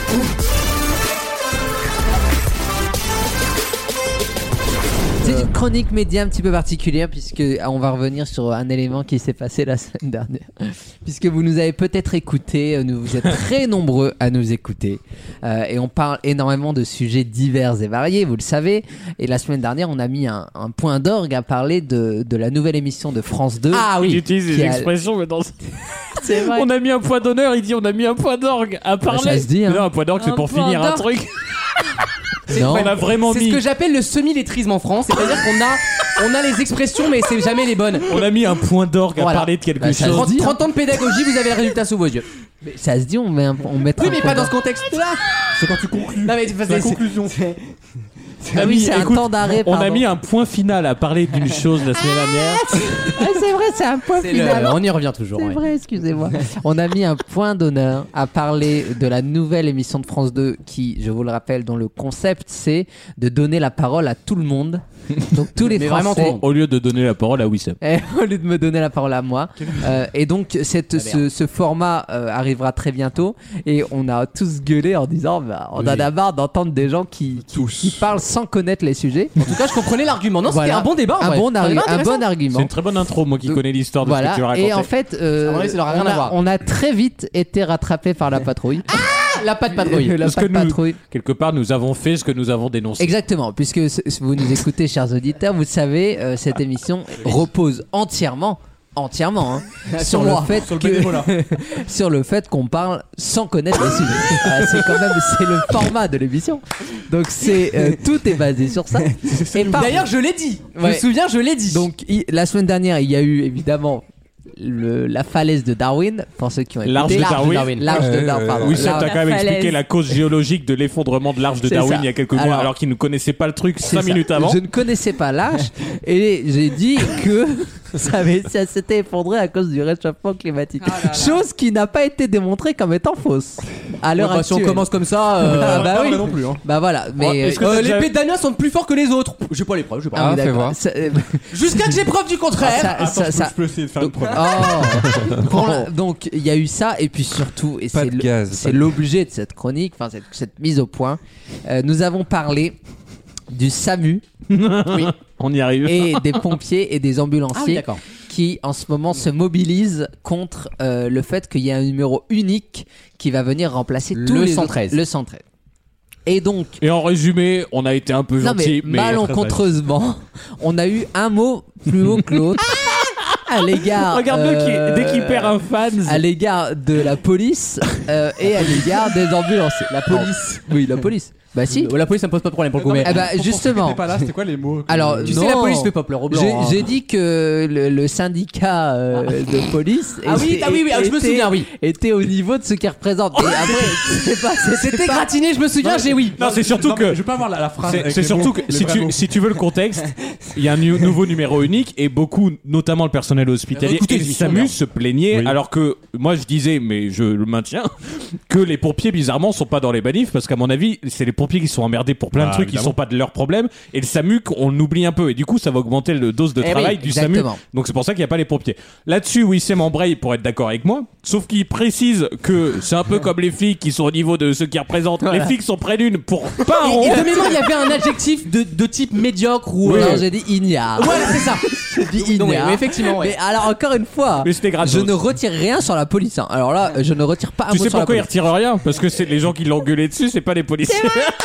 C'est une chronique média un petit peu particulière puisque on va revenir sur un élément qui s'est passé la semaine dernière. Puisque vous nous avez peut-être écouté, vous êtes très nombreux à nous écouter et on parle énormément de sujets divers et variés, vous le savez. Et la semaine dernière, on a mis un point d'orgue à parler de la nouvelle émission de France 2. Ah oui. J'utilise Qui des a- expressions, mais dans. C'est vrai. On a mis un point d'honneur, il dit on a mis un point d'orgue à parler. ça se dit, hein. Non, un point d'orgue, c'est Un pour point finir un d'orgue. truc. Non. On a vraiment C'est mis. ce que j'appelle le semi-lettrisme en France, c'est-à-dire qu'on a les expressions mais c'est jamais les bonnes. On a mis un point d'orgue à Voilà. parler de quelque Bah, ça chose. se 30, dit, hein. 30 ans de pédagogie, vous avez le résultat sous vos yeux. Mais ça se dit, on met Oui, mais pas dans ce contexte-là. C'est quand tu conclus. Non, mais C'est la conclusion. Ah oui, c'est un Écoute, temps d'arrêt. On a pardon. mis un point final à parler d'une chose la semaine dernière. Ah, c'est vrai, c'est un point final. On y revient toujours. C'est ouais. vrai, excusez-moi. On a mis un point d'honneur à parler de la nouvelle émission de France 2 qui, je vous le rappelle, dont le concept c'est de donner la parole à tout le monde. Donc tous les Mais vraiment Français. tout le monde. Au lieu de donner la parole à Wissem. Au lieu de me donner la parole à moi. Et donc ce format arrivera très bientôt et on a tous gueulé en disant bah, on en a marre d'entendre des gens qui parlent sans connaître les sujets. En tout cas, je comprenais l'argument. Non, c'était Voilà. un bon débat. en Un vrai. bon, C'était un bon intéressant. argument. C'est une très bonne intro, moi qui Donc, connais l'histoire de ce que tu vas raconter. Et en fait, mon avis, ça n'aura rien à voir. on a très vite été rattrapé par la patrouille. La patte patrouille. La Parce que patte nous- patrouille. Quelque part, nous avons fait ce que nous avons dénoncé. Exactement, puisque vous nous écoutez, chers auditeurs, vous savez, cette émission repose entièrement, hein, sur le fait sur le fait qu'on parle sans connaître les sujets. C'est le format de l'émission. Donc tout est basé sur ça. Et D'ailleurs, je l'ai dit. Je me Ouais. souviens, je l'ai dit. donc la semaine dernière, il y a eu évidemment la falaise de Darwin, pour ceux qui ont écouté. L'arche de Darwin. L'arche de Darwin, pardon. Oui, ça L'arche- t'as quand même falaise. expliqué la cause géologique de l'effondrement de l'arche de C'est Darwin ça. il y a quelques mois, Alors- alors qu'il ne connaissait pas le truc C'est 5 ça. minutes avant. Je ne connaissais pas l'arche et j'ai dit que ça s'était effondré à cause du réchauffement climatique. Chose qui n'a pas été démontrée comme étant fausse. À l'heure Ouais, bah, si on actuelle. commence comme ça. Ah bah oui. non plus. Hein. Bah voilà. Mais est-ce que t'as Les déjà- Pédaniens sont plus forts que les autres. J'ai pas les preuves. ah oui, fais d'accord. voir. Ça- Jusqu'à que j'ai preuve du contraire. Je peux essayer de faire une preuve. Donc il y a eu ça et puis surtout et Pas c'est de gaz, c'est pas de- l'objet de cette chronique, enfin cette mise au point. Nous avons parlé du SAMU On y arrive. et des pompiers et des Ah oui, ambulanciers d'accord. qui en ce moment se mobilisent contre le fait qu'il y a un numéro unique qui va venir remplacer tous Le les 113. autres, le 113. Et donc Et en résumé, on a été un peu non mais gentil, mais malencontreusement, on a eu un mot plus haut que l'autre à l'égard regarde-le dès qu'il perd un fan. à l'égard de la police et à l'égard des ambulanciers. La police. Oui, la police. Bah si. La police, ça me pose pas de problème pour le coup. mais- Eh bah justement. T'étais pas là, c'était quoi les mots Alors, Tu non. sais, la police fait pas pleurer au blanc. hein. J'ai dit que le syndicat de police Ah oui, je me souviens, oui. était au niveau de ce qu'il représente. Et après, C'était gratiné, je me souviens, j'ai oui. Non, c'est surtout que Je veux pas avoir la phrase. avec c'est les surtout mots, que les si vrais mots. si tu veux le contexte, il y a un nouveau numéro unique et beaucoup, notamment le personnel hospitalier Écoutez, et le l'émission, SAMU merde. se plaignaient, Oui. alors que moi je disais, mais je le maintiens, que les pompiers bizarrement sont pas dans les manifs parce qu'à mon avis c'est les pompiers qui sont emmerdés pour plein de Ah, trucs qui évidemment. sont pas de leur problème et le SAMU on l'oublie un peu et du coup ça va augmenter le dose de Eh travail oui, du SAMU. exactement. Donc c'est pour ça qu'il n'y a pas les pompiers. Là-dessus, Wissem embraye pour être d'accord avec moi, sauf qu'il précise que c'est un peu comme les flics qui sont au niveau de ceux qui représentent. Les flics sont près d'une pour pas un rond. Et de mémoire, il y avait un adjectif de type médiocre ou. non, j'ai dit ignare. Ouais, c'est ça. J'ai dit Non, ignare. oui, effectivement, ouais. Mais alors encore une fois, Mais c'était gratos. je ne retire rien sur la police. Hein. Alors là, je ne retire pas un Tu mot sais sur la pourquoi il police. retire rien? Parce que c'est les gens qui l'ont gueulé dessus, c'est pas les policiers.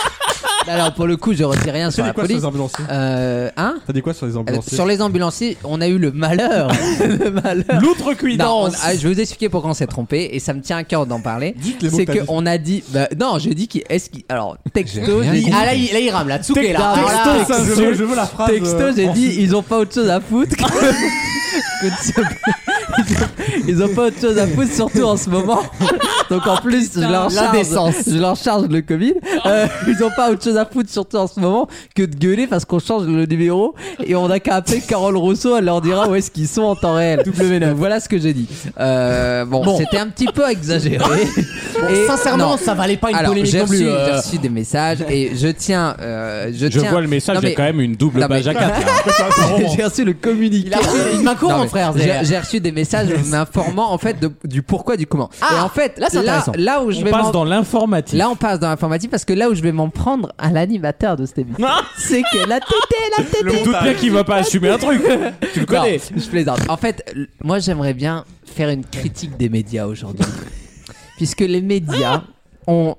Alors pour le coup, je retire rien sur T'as la dit quoi sur police. les ambulanciers Hein T'as dit quoi sur les ambulanciers Sur les ambulanciers, on a eu le malheur. le malheur. L'outrecuidance. Non, je vais vous expliquer pourquoi on s'est trompé et ça me tient à cœur d'en parler. Dites les mots C'est que t'as dit. qu'on a dit. Non, j'ai dit qu'il. Alors, texto, rien j'ai dit. dit. Ah là, il rame là. Tsuké là. Texto, Alors là, texto, Je veux la phrase. Texto, j'ai dit, ils ont pas autre chose à foutre que de se- ils ont pas autre chose à foutre, surtout en ce moment. Donc en plus, l'indécence. je leur charge le Covid. Ils ont pas autre chose à foutre, surtout en ce moment, que de gueuler parce qu'on change le numéro et on a qu'à appeler Carole Rousseau, elle leur dira où est-ce qu'ils sont en temps réel. Donc voilà ce que j'ai dit. Bon, c'était un petit peu exagéré. Et sincèrement, non. ça valait pas une Alors, polémique j'ai non plus. reçu des messages et je tiens. Je vois le message, Non, il y a mais- quand même une double Non, mais- page à 4. J'ai reçu le communiqué. Il a reçu une main courante, Non, mais frère. J'ai reçu des messages m'informant en fait du pourquoi du comment. Ah, et en fait, là, c'est intéressant. là où je On vais passe m'en- dans l'informatique. là on passe dans l'informatique parce que là où je vais m'en prendre à l'animateur de cette émission, c'est que la tétée. Je me doute bien qu'il va pas assumer un truc. Tu le Non, connais. je plaisante. En fait, moi j'aimerais bien faire une critique des médias aujourd'hui, puisque les médias ont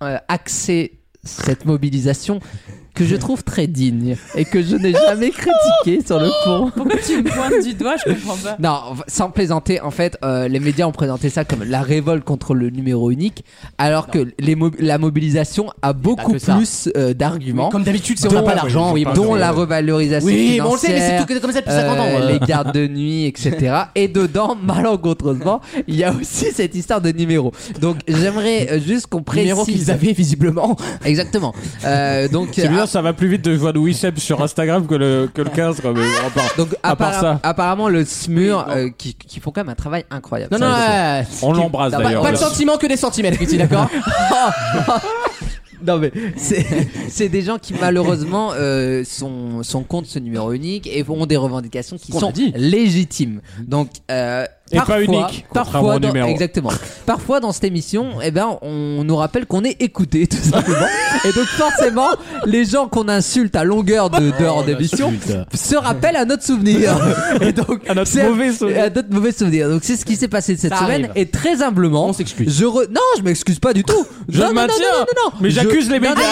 axé cette mobilisation que je trouve très digne et que je n'ai jamais critiqué sur le fond. Pourquoi tu me pointes du doigt? Je comprends pas. Non, sans plaisanter, en fait, les médias ont présenté ça comme la révolte contre le numéro unique, alors que la mobilisation a beaucoup que ça. plus d'arguments. Comme d'habitude, si on n'a Dont- pas d'argent, oui, dont la revalorisation Oui, financière, mais on le sait, mais c'est tout comme ça depuis 50 ans. les gardes de nuit, etc. Et dedans, malencontreusement, il y a aussi cette histoire de numéro. Donc j'aimerais juste qu'on précise. Numéro qu'ils avaient visiblement. Exactement. Donc Qui lui D'ailleurs, ça va plus vite de joindre Wissem sur Instagram que le 15. Quoi, mais Donc à part ça. apparemment le SMUR qui font quand même un travail incroyable. Non, On l'embrasse d'ailleurs. Pas de sentiments que des centimètres, Christine, d'accord? Non mais c'est des gens qui malheureusement sont contre ce numéro unique et ont des revendications qui sont légitimes. Donc et parfois, pas unique, parfois exactement. Parfois dans cette émission, on nous rappelle qu'on est écouté tout simplement. Et donc forcément, les gens qu'on insulte à longueur d'heure d'émission se rappellent à notre souvenir. Et donc à notre mauvais souvenir. Donc c'est ce qui s'est passé cette semaine. Et très humblement, on s'excuse. Non, je m'excuse pas du tout. Je maintiens. Non. Mais j'accuse les médias.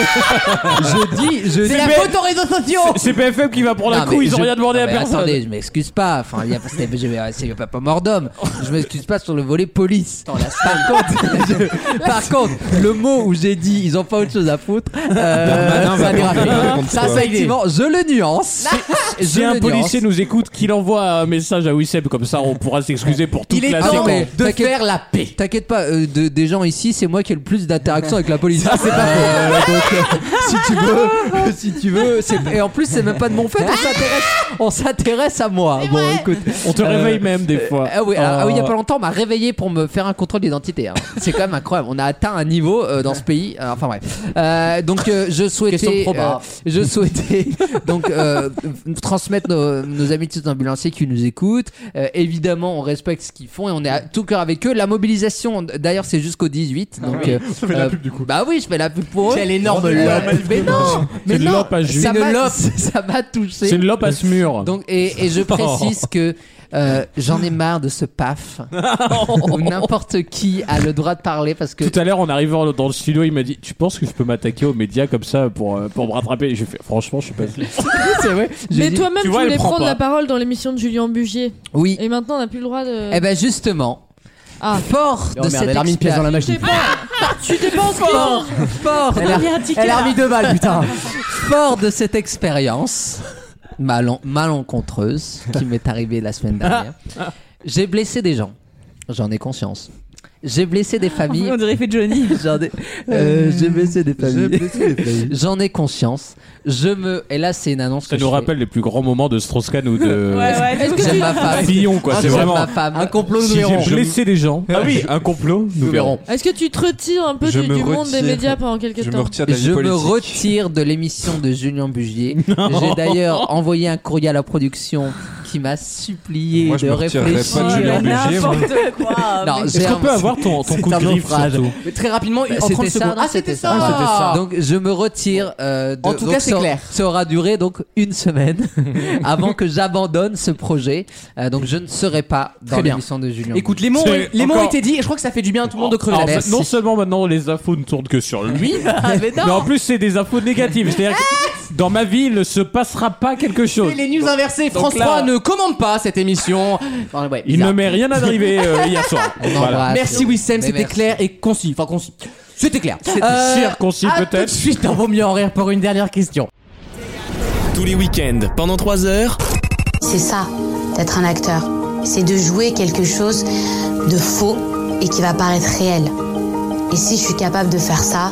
Je c'est la faute aux réseaux sociaux. C'est BFM qui va prendre un coup. Ils ont rien demandé à personne. Attendez, je m'excuse pas. Enfin, il y a pas mort d'homme. Je m'excuse pas sur le volet police. Par contre, le mot où j'ai dit ils ont pas autre chose à foutre, ça effectivement, je le nuance. Si un policier nous écoute, qu'il envoie un message à Wissem, comme ça on pourra s'excuser pour toute la séquence. De faire la paix. T'inquiète pas, des gens ici, c'est moi qui ai le plus d'interaction avec la police. Ça, c'est pas donc, si tu veux, et en plus c'est même pas de mon fait. On s'intéresse à moi. Bon, écoute, on te réveille même des fois. Oui, il y a pas longtemps, on m'a réveillé pour me faire un contrôle d'identité. Hein. C'est quand même incroyable. On a atteint un niveau dans ce pays. Enfin bref. Donc je souhaitais donc transmettre nos amis de ambulanciers qui nous écoutent. Évidemment, on respecte ce qu'ils font et on est à tout cœur avec eux. La mobilisation, d'ailleurs, c'est jusqu'au 18. Donc ça fait la pub du coup. Bah oui, je fais la pub pour eux. Quelle énorme lope. Mais non, c'est une lope à Jules. Ça m'a touché. C'est une lope à ce mur. Donc et je précise que j'en ai marre de ce paf où n'importe qui a le droit de parler parce que tout à l'heure en arrivant dans le studio il m'a dit tu penses que je peux m'attaquer aux médias comme ça pour me rattraper et j'ai fait franchement je suis pas c'est vrai. Mais toi-même tu voulais prendre la parole dans l'émission de Julien Bugier. Oui. Et maintenant on n'a plus le droit de. Eh ben justement. Fort de cette elle a remis une pièce dans la machine. Tu t'es pas encore. Fort. Elle a remis 2 balles putain. Fort de cette expérience malencontreuse qui m'est arrivée la semaine dernière. J'ai blessé des gens. J'en ai conscience. J'ai blessé des familles. On dirait fait Johnny. J'ai blessé des familles. J'en ai conscience. Et là, c'est une annonce. Ça nous rappelle les plus grands moments de Strauss-Kahn ou de. Est-ce que j'aime ma femme. Fillon, quoi. C'est vraiment un complot. Si j'ai blessé des gens. Ah oui, un complot. Nous verrons. Est-ce que tu te retires un peu du monde des médias pendant quelques temps? Je me retire de l'émission de Julien Bugier. J'ai d'ailleurs envoyé un courrier à la production qui m'a supplié de réfléchir. Pas de Julien Bugier. Non, est-ce qu'on peut avoir ton coup de griffe surtout? Mais très rapidement, en 30 secondes. C'était ça. Donc je me retire. En tout cas, c'est clair. Ça aura duré donc une semaine avant que j'abandonne ce projet. Donc je ne serai pas dans l'émission de Julien. Écoute, les mots ont été dit et je crois que ça fait du bien à tout le monde de crever la tête. Non seulement maintenant les infos ne tournent que sur lui, mais en plus c'est des infos négatives. C'est-à-dire que dans ma vie il ne se passera pas quelque chose. C'est les news inversées. France 3 ne commande pas cette émission. Il ne m'est rien arrivé hier soir. Merci Wissem, c'était clair et concis. Enfin concis. C'était clair. C'était circoncis peut-être. Tout de suite, on vaut mieux en rire pour une dernière question. Tous les week-ends, pendant 3 heures. C'est ça, d'être un acteur. C'est de jouer quelque chose de faux et qui va paraître réel. Et si je suis capable de faire ça,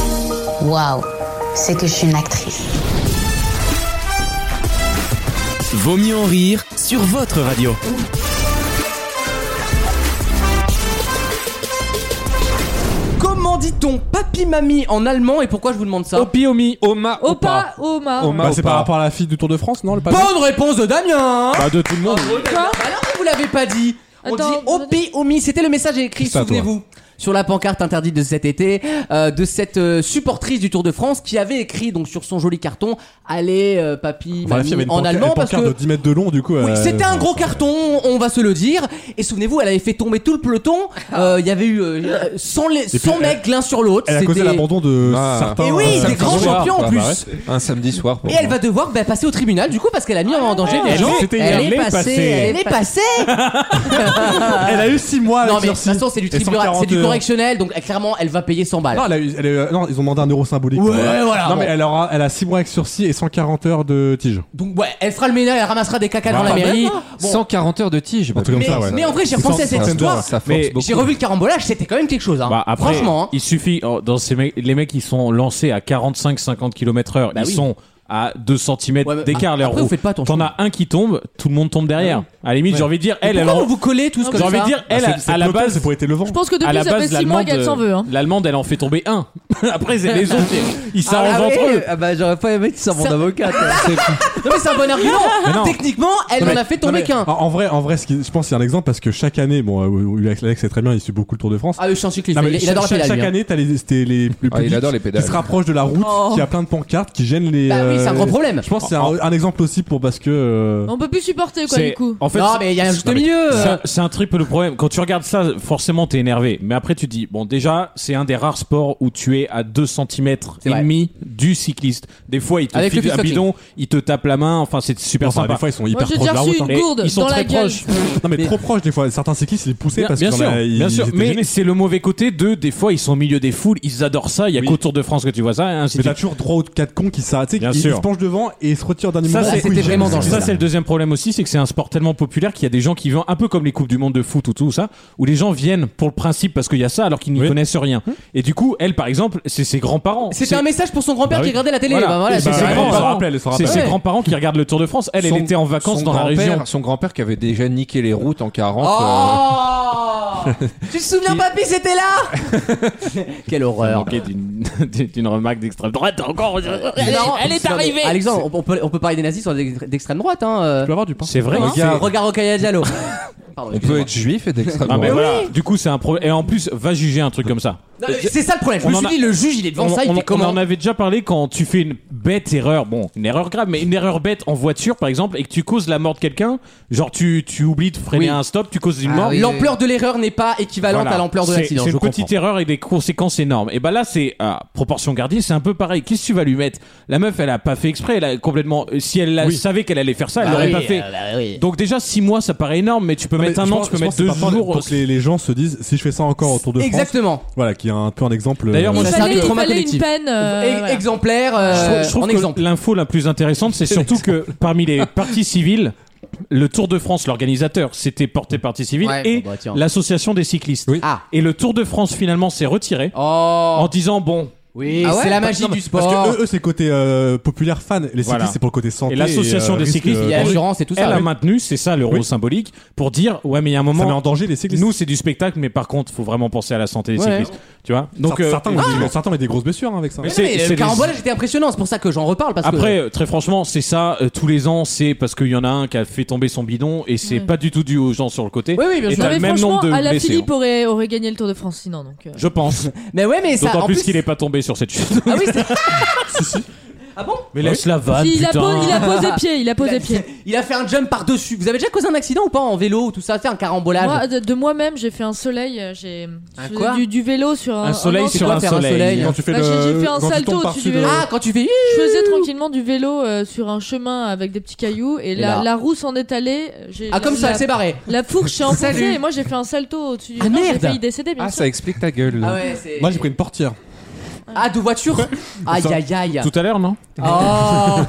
waouh, c'est que je suis une actrice. Vaut mieux en rire sur votre radio. Comment dit-on papi-mamie en allemand et pourquoi je vous demande ça? Opi-omi. Oma. C'est par rapport à la fille du Tour de France, non? Bonne réponse de Damien. De tout le monde. Alors que vous l'avez pas dit. On dit Opi-omi. C'était le message écrit, souvenez-vous. Sur la pancarte interdite de cet été, de cette supportrice du Tour de France qui avait écrit donc sur son joli carton allez papi mamie en allemand parce que de 10 mètres de long du coup. Oui, c'était un gros carton, on va se le dire. Et souvenez-vous, elle avait fait tomber tout le peloton. Il y avait eu 100 mecs l'un sur l'autre. Elle a causé l'abandon de certains. Et oui, des grands champions en plus. Un samedi soir. Et elle va devoir passer au tribunal du coup parce qu'elle a mis en danger des gens. Elle est passée. Elle est passée. Elle a eu 6 mois. Non mais de toute façon c'est du tribunal correctionnelle, donc clairement, elle va payer 100 balles. Non, non, ils ont demandé un euro symbolique. Ouais, voilà. Non, bon. mais elle a 6 mois avec sursis et 140 heures de tige. Donc, ouais, elle fera le ménage, elle ramassera des caca dans la mairie. Bon. 140 heures de tige. Un truc comme ça, ouais. Mais en vrai, j'ai repensé à cette histoire. Mais j'ai revu le carambolage, c'était quand même quelque chose. Hein. Bah, après, franchement. Hein. Il suffit, dans les mecs qui sont lancés à 45-50 km/h, ils sont à 2 cm d'écart. Après, vous faites pas attention. T'en as un qui tombe, tout le monde tombe derrière. À la limite, j'ai envie de dire, pourquoi vous collez tous comme ça? J'ai envie de dire, elle, à la base, c'est pour être le vent. Je pense que depuis ça fait 6 mois qu'elle s'en veut. L'allemande, elle en fait tomber un. Après, c'est les autres, ils s'arrangent entre eux. Ah bah j'aurais pas aimé que tu sois mon avocate. Non mais c'est un bon argument. Techniquement, elle en a fait tomber qu'un. En vrai, je pense qu'il y a un exemple parce que chaque année, bon, Alex c'est très bien, il suit beaucoup le Tour de France. Ah oui, je suis un cycliste. Il adore la pédale. Chaque année, t'as le il adore les public pédales. qui se rapproche de la route, qui a plein de pancartes, qui gênent les. Bah oui, c'est un gros problème. Je pense que c'est un exemple aussi pour parce que. On peut plus supporter quoi du coup. En fait, non mais il y a un juste milieu. C'est un triple problème. Quand tu regardes ça, forcément t'es énervé. Mais après tu dis, bon déjà, c'est un des rares sports où tu es à 2 cm et demi du cycliste. Des fois, il te file un bidon, il te tape la main. Enfin, c'est super sympa. Des fois, ils sont hyper proches de la route. Ils sont très proches. Non mais trop proches des fois. Certains cyclistes ils poussaient parce que bien sûr. Mais c'est le mauvais côté des fois ils sont au milieu des foules, ils adorent ça. Il y a qu'au Tour de France que tu vois ça. Mais t'as toujours 3 ou 4 cons qui s'arrêtent, ils se penchent devant et ils se retirent d'un moment. C'était vraiment dangereux. Ça c'est le deuxième problème aussi, c'est que c'est un sport tellement populaire qu'il y a des gens qui viennent un peu comme les coupes du monde de foot ou tout ça, où les gens viennent pour le principe parce qu'il y a ça alors qu'ils n'y connaissent rien. Et du coup, elle par exemple, c'est ses grands-parents. C'était un message pour son grand-père qui regardait la télé. C'est ses grands-parents qui regardent le Tour de France. Elle était en vacances dans la région. Son grand-père qui avait déjà niqué les routes en 40. Tu te souviens, papy, c'était là. Quelle horreur. D'une remarque d'extrême droite encore. Elle est arrivée. Alexandre, on peut parler des nazis sur d'extrême droite. Hein. Tu peux avoir du pain. C'est vrai. Regarde Rokhaya Diallo. Pardon, on peut être juif et d'extrême droite. Voilà. Du coup, c'est un problème. Et en plus, va juger un truc comme ça. C'est ça le problème. Je me suis dit, le juge, il est devant ça, il fait comment? On en avait déjà parlé quand tu fais une bête erreur, une erreur grave, mais une erreur bête en voiture, par exemple, et que tu causes la mort de quelqu'un, genre tu oublies de freiner un stop, tu causes une mort. L'ampleur de l'erreur n'est pas équivalente à l'ampleur de l'accident. C'est une petite erreur et des conséquences énormes. Et bah là, c'est à proportion gardée, c'est un peu pareil. Qu'est-ce que tu vas lui mettre? La meuf, elle a pas fait exprès, elle a complètement. Si elle savait qu'elle allait faire ça, elle l'aurait pas fait. Donc déjà 6 mois, ça paraît énorme, mais tu peux mettre un an, tu peux mettre 2 jours. Pour que les gens se disent, si je fais ça encore au Tour de France. Exactement. Voilà, qui est un peu un exemple. D'ailleurs, moi, il fallait une peine exemplaire. Je trouve que l'info la plus intéressante, c'est surtout que parmi les parties civiles, le Tour de France, l'organisateur, c'était porté partie civile et l'association des cyclistes. Et le Tour de France finalement s'est retiré en disant bon. Oui, c'est la magie du sport. Parce que eux, c'est le côté populaire fan. Les cyclistes, c'est pour le côté santé. Et l'association des cyclistes, il y a l'assurance et tout ça. Elle a maintenu, c'est ça l'euro symbolique, pour dire ouais, mais il y a un moment. Ça met en danger les cyclistes. Nous, c'est du spectacle, mais par contre, faut vraiment penser à la santé des cyclistes. Tu vois. Donc certains ont des grosses blessures avec ça. Mais le carambolage était impressionnant, c'est pour ça que j'en reparle. Après, très franchement, c'est ça. Tous les ans, c'est parce qu'il y en a un qui a fait tomber son bidon et c'est pas du tout dû aux gens sur le côté. Oui, bien sûr. Et le même nombre de blessés. Alaphilippe aurait gagné le Tour de France sinon. Je pense. Mais ouais, mais ça. D'autant plus qu'il est pas tombé sur cette chute. Ah oui, si. Ah bon? Mais laisse la vanne, il a posé pied. Il a fait un jump par-dessus. Vous avez déjà causé un accident ou pas en vélo ou tout ça? Fait un carambolage? Moi, de moi-même, j'ai fait un soleil. J'ai du vélo sur un soleil sur un soleil. Quand tu fais j'ai fait un salto au-dessus du vélo. Ah, quand tu fais. Je faisais tranquillement du vélo sur un chemin avec des petits cailloux et la roue s'en est allée. Comme ça, elle s'est barrée. La fourche s'est enfoncée et moi j'ai fait un salto au-dessus du vélo. J'ai failli décéder, bien sûr. Ça explique ta gueule. Moi, j'ai pris une portière. Ah, de voiture? Aïe aïe aïe. Tout à l'heure, non? Oh.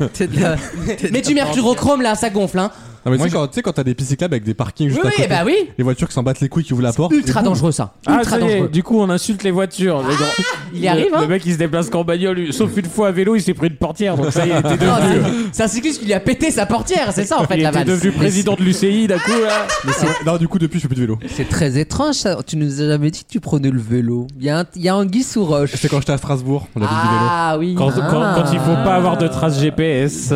Mais du mercurochrome là, ça gonfle hein. Non, mais tu sais quand t'as des pistes cyclables avec des parkings juste à côté, bah oui. Les voitures qui s'en battent les couilles qui ouvrent la porte. Ultra dangereux ça. Ultra dangereux. Du coup on insulte les voitures. Il y arrive hein. Le mec il se déplace qu'en bagnole, sauf une fois à vélo il s'est pris une portière donc ça y est, il était devenu. C'est un cycliste qui lui a pété sa portière, c'est ça en fait la vanne. Il était devenu président de l'UCI d'un coup là. Non, du coup depuis je fais plus de vélo. C'est très étrange ça. Tu nous as jamais dit que tu prenais le vélo. Il y a Anguille sous roche. C'est quand j'étais à Strasbourg, on avait du vélo. Ah oui. Quand il faut pas avoir de traces GPS.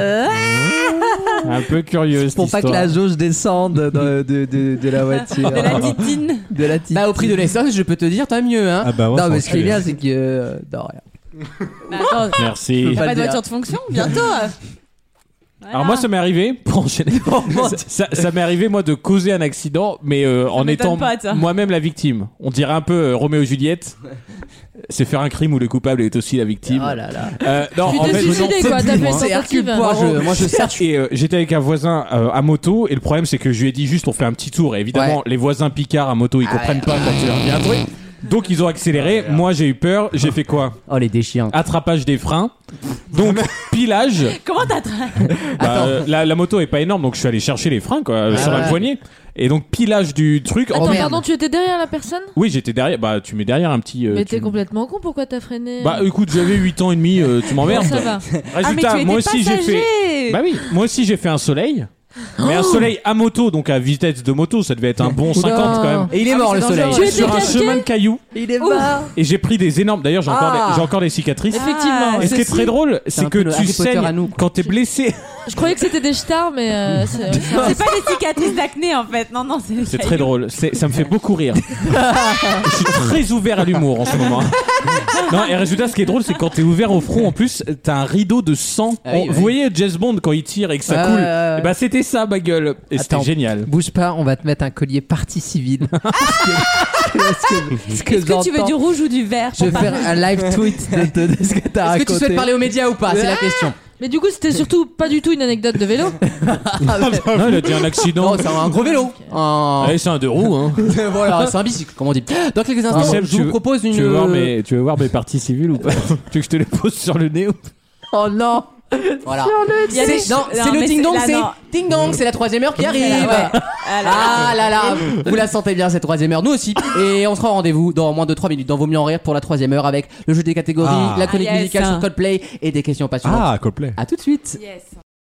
Un peu curieux. Pour pas que la jauge descende de la voiture. De la titine. Bah au prix de l'essence, je peux te dire, tant mieux hein. Ah bah ouais, non mais ce qui est bien c'est que non rien. Bah, attends, merci. T'as pas de voiture de fonction bientôt. Voilà. Alors moi ça m'est arrivé pour enchaîner. ça m'est arrivé moi de causer un accident mais en étant moi-même la victime. On dirait un peu Roméo et Juliette. C'est faire un crime où le coupable est aussi la victime. Oh là là. Non, tu t'es suicidé quoi, t'as fait une tentative. Moi je cherche. Et j'étais avec un voisin à moto et le problème c'est que je lui ai dit juste on fait un petit tour et évidemment les voisins picards à moto ils comprennent pas quand tu leur dis un truc. Donc ils ont accéléré. Moi j'ai eu peur. J'ai fait quoi? Oh les déchiens. Attrapage des freins. Donc pilage. Comment La moto est pas énorme, donc je suis allé chercher les freins quoi, sur la poignée. Et donc pilage du truc. Attends, pardon, tu étais derrière la personne? Oui, j'étais derrière. Bah tu mets derrière un petit. Mais t'es complètement con. Pourquoi t'as freiné? Bah écoute, j'avais 8 ans et demi. Tu m'emmerdes. Ça va. Résultat, moi aussi j'ai fait. Bah oui, moi aussi j'ai fait un soleil. Mais un soleil à moto, donc à vitesse de moto, ça devait être un bon 50 quand même. Et il est mort le soleil. Sur un chemin de cailloux. Il est mort. Et j'ai pris des énormes. D'ailleurs, j'ai encore des cicatrices. Effectivement. Et ce qui est très drôle, c'est que tu saignes quand t'es blessé. Je croyais que c'était des stars, mais c'est pas des cicatrices d'acné en fait. Non, c'est très drôle. Ça me fait beaucoup rire. Je suis très ouvert à l'humour en ce moment. Non, et résultat, ce qui est drôle, c'est que quand t'es ouvert au front, en plus, t'as un rideau de sang. Vous voyez James Bond quand il tire et que ça coule. Et bah c'était ça, ma gueule. Et c'était génial. Bouge pas, on va te mettre un collier partie civile. Est-ce que tu veux du rouge ou du vert? Je vais faire un live tweet de ce que t'as raconté. Est-ce que tu souhaites parler aux médias ou pas? C'est la question. Mais du coup, c'était surtout pas du tout une anecdote de vélo. Non, il a dit un accident. Non, c'est un gros vélo. Allez, c'est un 2 roues. Hein. Voilà, c'est un bicycle, comme on dit. Dans quelques instants, je vous propose une. Tu veux voir mes parties civiles ou pas? Tu veux que je te les pose sur le nez ou pas? Oh non. Voilà. C'est le ding-dong, c'est ding-dong, c'est la 3e heure qui arrive. Ah là là, vous la sentez bien cette 3e heure, nous aussi. Et on sera au rendez-vous dans moins de 3 minutes dans Vaut mieux en rire pour la 3e heure avec le jeu des catégories, la chronique musicale sur Coldplay et des questions passionnantes. Ah, Coldplay. À tout de suite. Yes.